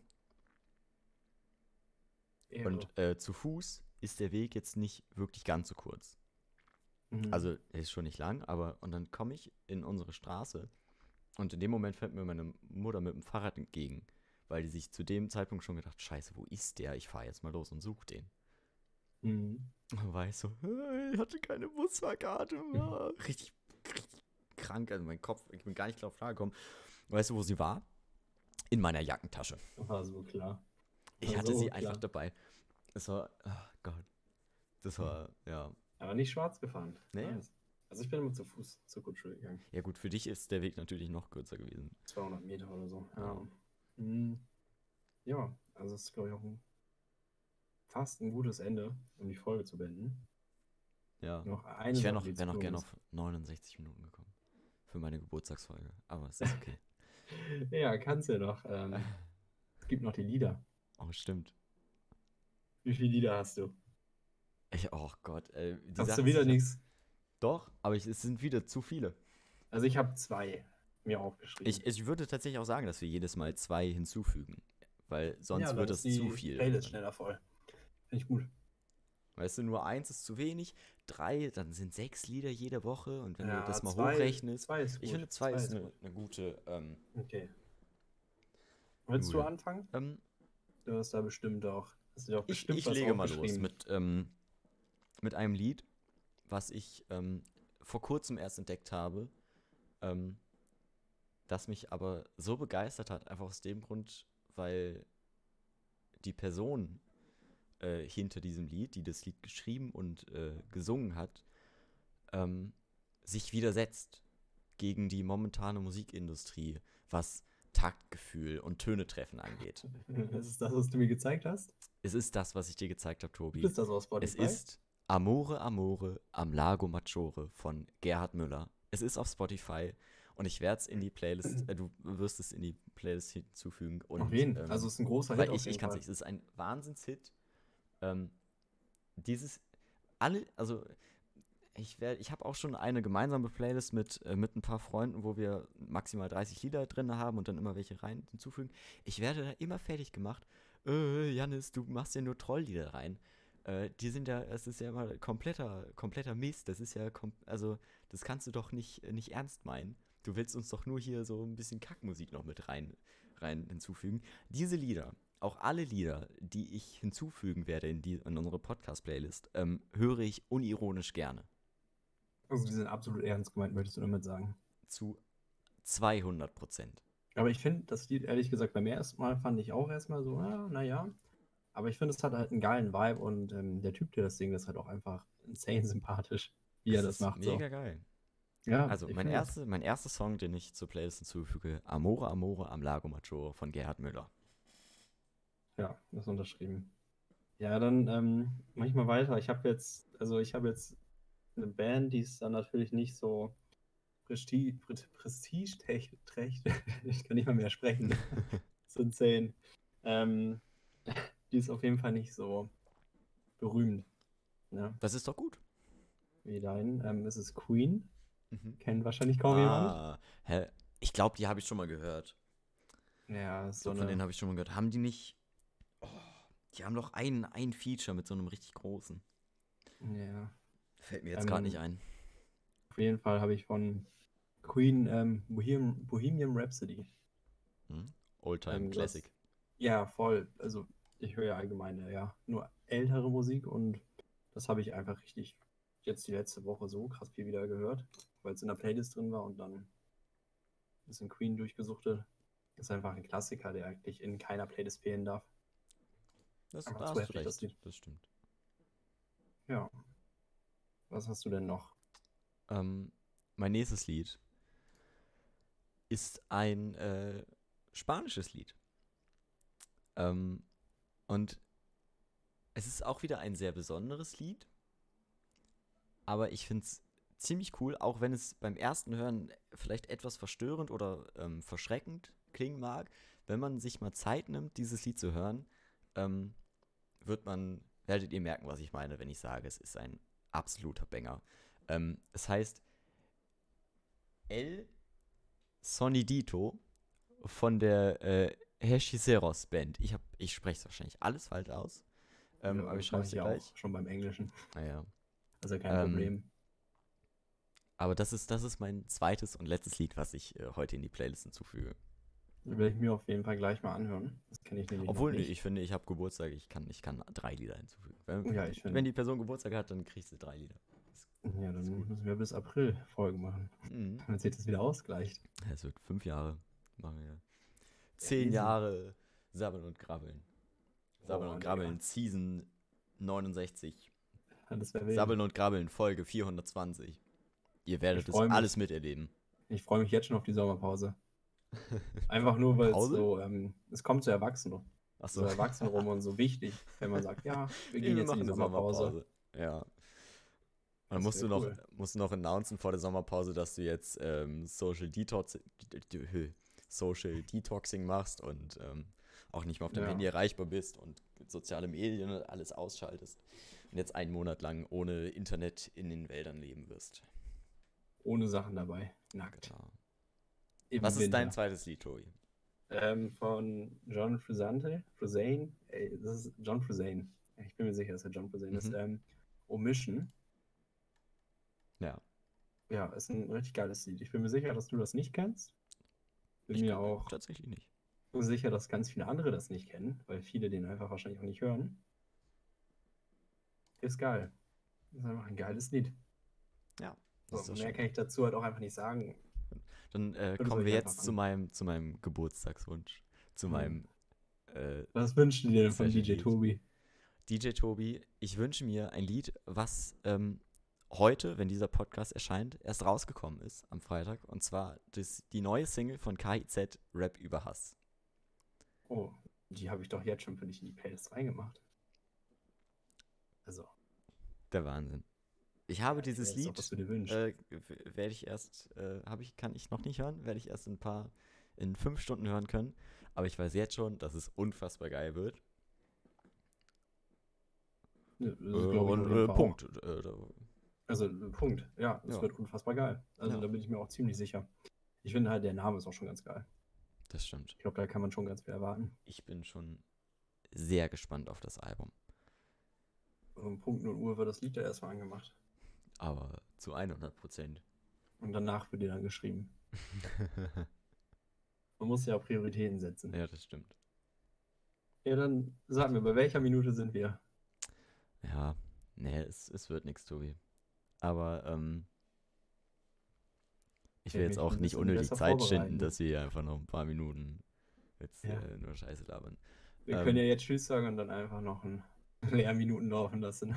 Ehre. Und äh, zu Fuß ist der Weg jetzt nicht wirklich ganz so kurz. Mhm. Also, er ist schon nicht lang, aber und dann komme ich in unsere Straße und in dem Moment fällt mir meine Mutter mit dem Fahrrad entgegen, weil die sich zu dem Zeitpunkt schon gedacht, scheiße, wo ist der? Ich fahre jetzt mal los und suche den. Mhm. Und dann war ich so, ich hatte keine Busfahrkarte. Richtig, richtig krank, also mein Kopf, ich bin gar nicht drauf klargekommen. Weißt du, wo sie war? In meiner Jackentasche. War so klar. Ich War hatte so sie einfach klar. dabei. Es war, oh Gott, das war, ja. Aber nicht schwarz gefahren. Naja. Nice. Also ich bin immer zu Fuß zur Grundschule gegangen. Ja gut, für dich ist der Weg natürlich noch kürzer gewesen. zweihundert Meter oder so. Ja, Ja, mhm. Ja, also es ist, glaube ich, auch ein, fast ein gutes Ende, um die Folge zu beenden. ja. Noch eine Ich wäre Sache, noch, die wär zu noch tun gerne ist. auf neunundsechzig Minuten gekommen. Für meine Geburtstagsfolge. Aber es ist okay. Ja, kannst du ja noch. Ähm, es gibt noch die Lieder. Oh, stimmt. Wie viele Lieder hast du? Ich, oh Gott, ey, die Hast Sache du ist, wieder ich habe nichts? doch, aber ich, es sind wieder zu viele. Also ich habe zwei. mir aufgeschrieben. Ich, ich würde tatsächlich auch sagen, dass wir jedes Mal zwei hinzufügen, weil sonst ja, dann wird ist das zu die viel. Playlist schneller voll. Finde ich gut. Weißt du, nur eins ist zu wenig, drei, dann sind sechs Lieder jede Woche und wenn du das Ja, mal zwei, hochrechnest, zwei ist ich gut. finde zwei Zwei ist ist eine, gut. eine gute, ähm, Okay. eine Willst du gute. anfangen? Ähm, Du hast da bestimmt auch, hast du dir auch ich, bestimmt ich was lege mal los aufgeschrieben. mit, ähm, mit einem Lied, was ich ähm, vor kurzem erst entdeckt habe, ähm, das mich aber so begeistert hat, einfach aus dem Grund, weil die Person äh, hinter diesem Lied, die das Lied geschrieben und äh, gesungen hat, ähm, sich widersetzt gegen die momentane Musikindustrie, was Taktgefühl und Töne treffen angeht. Das ist das, was du mir gezeigt hast? Es ist das, was ich dir gezeigt habe, Gibt Tobi. es das auf Es Spotify? ist Amore Amore am Lago Maggiore von Gerhard Müller. Es ist auf Spotify und ich werde es in die Playlist, äh, du wirst es in die Playlist hinzufügen. Auf Und jeden. Also ähm, es ist ein großer Hit weil auf ich, ich jeden kann es Fall. nicht, es ist ein Wahnsinnshit. Ähm, dieses, alle, also ich werde, ich habe auch schon eine gemeinsame Playlist mit, äh, mit ein paar Freunden, wo wir maximal dreißig Lieder drin haben und dann immer welche rein hinzufügen. Ich werde da immer fertig gemacht. Äh, Jannis, du machst ja nur Trolllieder rein. Äh, die sind ja, es ist ja immer kompletter, kompletter Mist. Das ist ja, kom also, das kannst du doch nicht, nicht ernst meinen. Du willst uns doch nur hier so ein bisschen Kackmusik noch mit rein, rein hinzufügen. Diese Lieder, auch alle Lieder, die ich hinzufügen werde in, die, in unsere Podcast-Playlist, ähm, höre ich unironisch gerne. Also die sind absolut ernst gemeint, möchtest du damit sagen. Zu zweihundert Prozent. Aber ich finde, das Lied, ehrlich gesagt, beim ersten Mal fand ich auch erstmal so, ja, naja. Aber ich finde, es hat halt einen geilen Vibe und ähm, der Typ, der das singt, ist halt auch einfach insane sympathisch, wie er Es das ist macht. So. mega geil. Ja, Also, ich mein, finde das. erste, mein erster Song, den ich zur Playlist hinzufüge, Amore Amore am Lago Maggiore von Gerhard Müller. Ja, das ist unterschrieben. Ja, dann ähm, mach ich mal weiter. Ich habe jetzt, also ich habe jetzt eine Band, die ist dann natürlich nicht so Prestige, Prestige trächtig. Ich kann nicht mal mehr sprechen. So insane. Ähm, die ist auf jeden Fall nicht so berühmt, ne? Das ist doch gut. Wie dein. Ähm, es ist Queen. Mhm. Kennt wahrscheinlich kaum jemand. Ah, hä? Ich glaube, die habe ich schon mal gehört. Ja, ist Ich so glaube, von eine. denen habe ich schon mal gehört. Haben die nicht. Oh, die haben doch ein, ein Feature mit so einem richtig großen. Ja. Fällt mir jetzt gerade nicht Ähm, ein. auf jeden Fall habe ich von Queen ähm, Bohem Bohemian Rhapsody. Hm? Oldtime Ähm, das, Classic. ja, voll. Also ich höre ja allgemein äh, ja nur ältere Musik und das habe ich einfach richtig jetzt die letzte Woche so krass viel wieder gehört, weil es in der Playlist drin war und dann ein bisschen Queen durchgesuchtet. Ist einfach ein Klassiker, der eigentlich in keiner Playlist fehlen darf. Das, Einfach da zu hast du heftig, das recht. Lied. Das stimmt. Ja. Was hast du denn noch? Ähm, mein nächstes Lied ist ein äh, spanisches Lied. Ähm, und es ist auch wieder ein sehr besonderes Lied, aber ich finde es ziemlich cool, auch wenn es beim ersten Hören vielleicht etwas verstörend oder ähm, verschreckend klingen mag. Wenn man sich mal Zeit nimmt, dieses Lied zu hören, ähm, wird man, werdet ihr merken, was ich meine, wenn ich sage, es ist ein absoluter Banger. Ähm, es heißt El Sonidito von der äh, Hechiceros Band. Ich, hab- ich spreche es wahrscheinlich alles falsch aus, ähm, Ja, aber ich das schreibe mache es ich dir ja auch gleich. schon beim Englischen. Naja. Also kein Ähm, Problem. aber das ist, das ist mein zweites und letztes Lied, was ich äh, heute in die Playlist hinzufüge. Will ich mir auf jeden Fall gleich mal anhören. Das kenne ich nämlich noch Obwohl, nee, nicht. ich finde, ich habe Geburtstag, ich kann, ich kann drei Lieder hinzufügen. Wenn, Ja, ich wenn finde. die Person Geburtstag hat, dann kriegst du drei Lieder. Das Ja, ist dann gut. müssen wir bis April Folgen machen. Mhm. Damit sich das wieder ausgleicht. Ja, es wird fünf Jahre. Machen wir. Ja, Zehn easy. Jahre Sabbeln und Grabbeln. Sabbeln Oh, und Digga. Grabbeln, Season neunundsechzig. Das wäre wild. Sabbeln und Grabbeln, Folge vierhundertzwanzig. Ihr Ich werdet es freue alles mich. miterleben. Ich freue mich jetzt schon auf die Sommerpause. Einfach nur, weil es Pause? so, ähm, es kommt so erwachsen, so Achso. erwachsen rum und so wichtig, wenn man sagt, ja, wir gehen Wir jetzt in machen die eine Sommerpause. Sommerpause. Ja. Und dann Das musst wäre du noch, cool. musst du noch announcen vor der Sommerpause, dass du jetzt ähm, Social Detox, Social Detoxing machst und ähm, auch nicht mehr auf dem Ja, Handy erreichbar bist und soziale Medien und alles ausschaltest. Und jetzt einen Monat lang ohne Internet in den Wäldern leben wirst. ohne Sachen dabei. Nackt. Klar. Im Was ist dein Winter. zweites Lied, Tobi? Ähm, von John Frusciante, Frusane, ey, das ist John Frusane. Ich bin mir sicher, dass er John Frusane ist. Mhm. Ähm, Omission. Ja, Ja, ist ein richtig geiles Lied. Ich bin mir sicher, dass du das nicht kennst. Bin ich mir glaube auch tatsächlich nicht. sicher, dass ganz viele andere das nicht kennen, weil viele den einfach wahrscheinlich auch nicht hören. Ist geil. Ist einfach ein geiles Lied. Ja, das So, ist doch mehr schön. kann ich dazu halt auch einfach nicht sagen. Dann äh, Hört es kommen euch wir einfach jetzt zu an. meinem, zu meinem Geburtstagswunsch. Zu Hm. meinem äh, Was wünschst du dir denn von D J Special-Lied. Tobi? D J Tobi, ich wünsche mir ein Lied, was ähm, heute, wenn dieser Podcast erscheint, erst rausgekommen ist am Freitag. Und zwar das, die neue Single von K I Z, Rap über Hass. Oh, die habe ich doch jetzt schon für dich in die Playlist reingemacht. Also, Der Wahnsinn. Ich habe ja, ich dieses weiß doch, was Lied, du dir wünschst. äh, w- werde ich erst, äh, habe ich, kann ich noch nicht hören, werde ich erst in ein paar, in fünf Stunden hören können. Aber ich weiß jetzt schon, dass es unfassbar geil wird. Ja, Äh, das glaube ich auf und jeden äh, Fall auch. Punkt. Äh, da, Also, Punkt. Ja, es ja, wird unfassbar geil. Also, ja, da bin ich mir auch ziemlich sicher. Ich finde halt, der Name ist auch schon ganz geil. das stimmt. Ich glaube, da kann man schon ganz viel erwarten. Ich bin schon sehr gespannt auf das Album. Um Punkt null Uhr wird das Lied ja erstmal angemacht. Aber zu hundert Prozent. Und danach wird dir dann geschrieben. Man muss ja auch Prioritäten setzen. Ja, das stimmt. Ja, dann sag mir, bei welcher Minute sind wir? Ja, nee, es, es wird nichts, Tobi. Aber ähm, ich will Ja, jetzt mich auch ein nicht bisschen unnötig besser Zeit vorbereiten. schinden, dass wir hier einfach noch ein paar Minuten jetzt Ja. äh, nur Scheiße labern. Wir Ähm. können ja jetzt Tschüss sagen und dann einfach noch ein Leerminuten laufen lassen.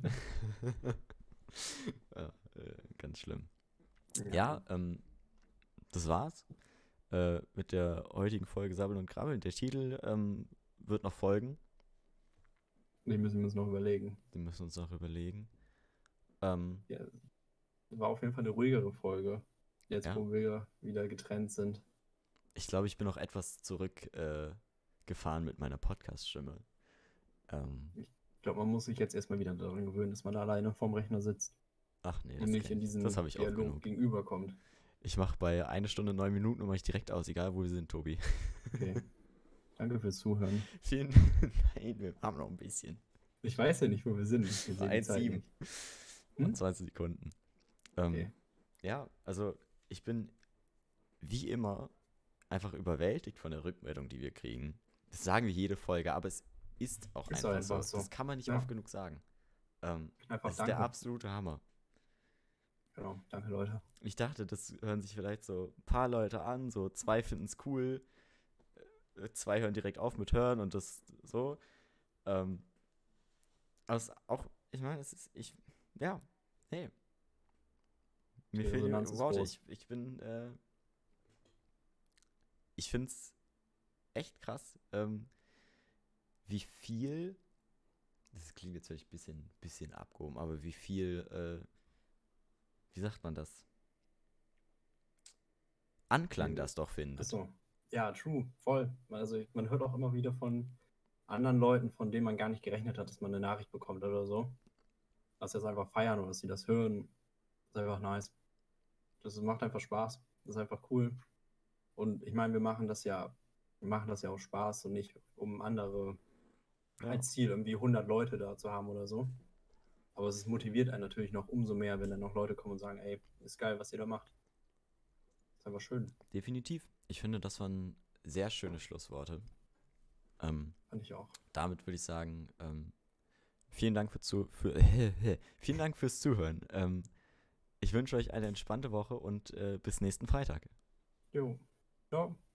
ja, äh, ganz schlimm. Ja, ähm, das war's äh, mit der heutigen Folge Sabbeln und Krabbeln. Der Titel ähm, wird noch folgen. Die müssen wir uns noch überlegen. Den müssen wir uns noch überlegen. Ähm, Ja, war auf jeden Fall eine ruhigere Folge. Jetzt, Ja. wo wir wieder getrennt sind. ich glaube, ich bin noch etwas zurückgefahren äh, gefahren mit meiner Podcast-Stimme. Ähm, Ich glaube, man muss sich jetzt erstmal wieder daran gewöhnen, dass man alleine vorm Rechner sitzt ach nee, das, und nicht kenn in ich. diesen Das habe ich auch Dialog genug. gegenüberkommt. Ich mache bei eine Stunde neun Minuten und mache ich direkt aus, egal wo wir sind, Tobi. Okay. Danke fürs Zuhören. Vielen Nein, wir haben noch ein bisschen. Ich weiß ja nicht, wo wir sind. Wir sehen die eins Komma Zeit sieben. nicht. Noch Hm? zwanzig Sekunden. Ähm, Okay. Ja, also ich bin wie immer einfach überwältigt von der Rückmeldung, die wir kriegen. Das sagen wir jede Folge, aber es ist auch Ist einfach, einfach so. so. Das kann man nicht Ja. oft genug sagen. Ähm, Einfach das ist der danke. absolute Hammer. Genau, danke Leute. Ich dachte, das hören sich vielleicht so ein paar Leute an, so zwei finden es cool, äh, zwei hören direkt auf mit hören und das so. Ähm, aber es ist auch, ich meine, es ist, ich, ja, hey. Mir Die fehlen Resonanz die ist Worte. groß. Ich, ich bin, äh, ich finde es echt krass, ähm, wie viel, das klingt jetzt vielleicht ein bisschen, bisschen abgehoben, aber wie viel, äh, wie sagt man das? Anklang das doch findet. Achso. Ja, true, voll. Also man hört auch immer wieder von anderen Leuten, von denen man gar nicht gerechnet hat, dass man eine Nachricht bekommt oder so. Dass sie das einfach feiern oder dass sie das hören. Das ist einfach nice. Das macht einfach Spaß. Das ist einfach cool. Und ich meine, wir machen das ja, wir machen das ja auch Spaß und nicht um andere Ja. als Ziel irgendwie hundert Leute da zu haben oder so. Aber es motiviert einen natürlich noch umso mehr, wenn dann noch Leute kommen und sagen, ey, ist geil, was ihr da macht. Ist einfach schön. Definitiv. Ich finde, das waren sehr schöne Schlussworte. Ähm, Fand ich auch. damit würde ich sagen, ähm, vielen Dank für zu, für, vielen Dank fürs Zuhören. Ähm, ich wünsche euch eine entspannte Woche und äh, bis nächsten Freitag. Jo. Ciao.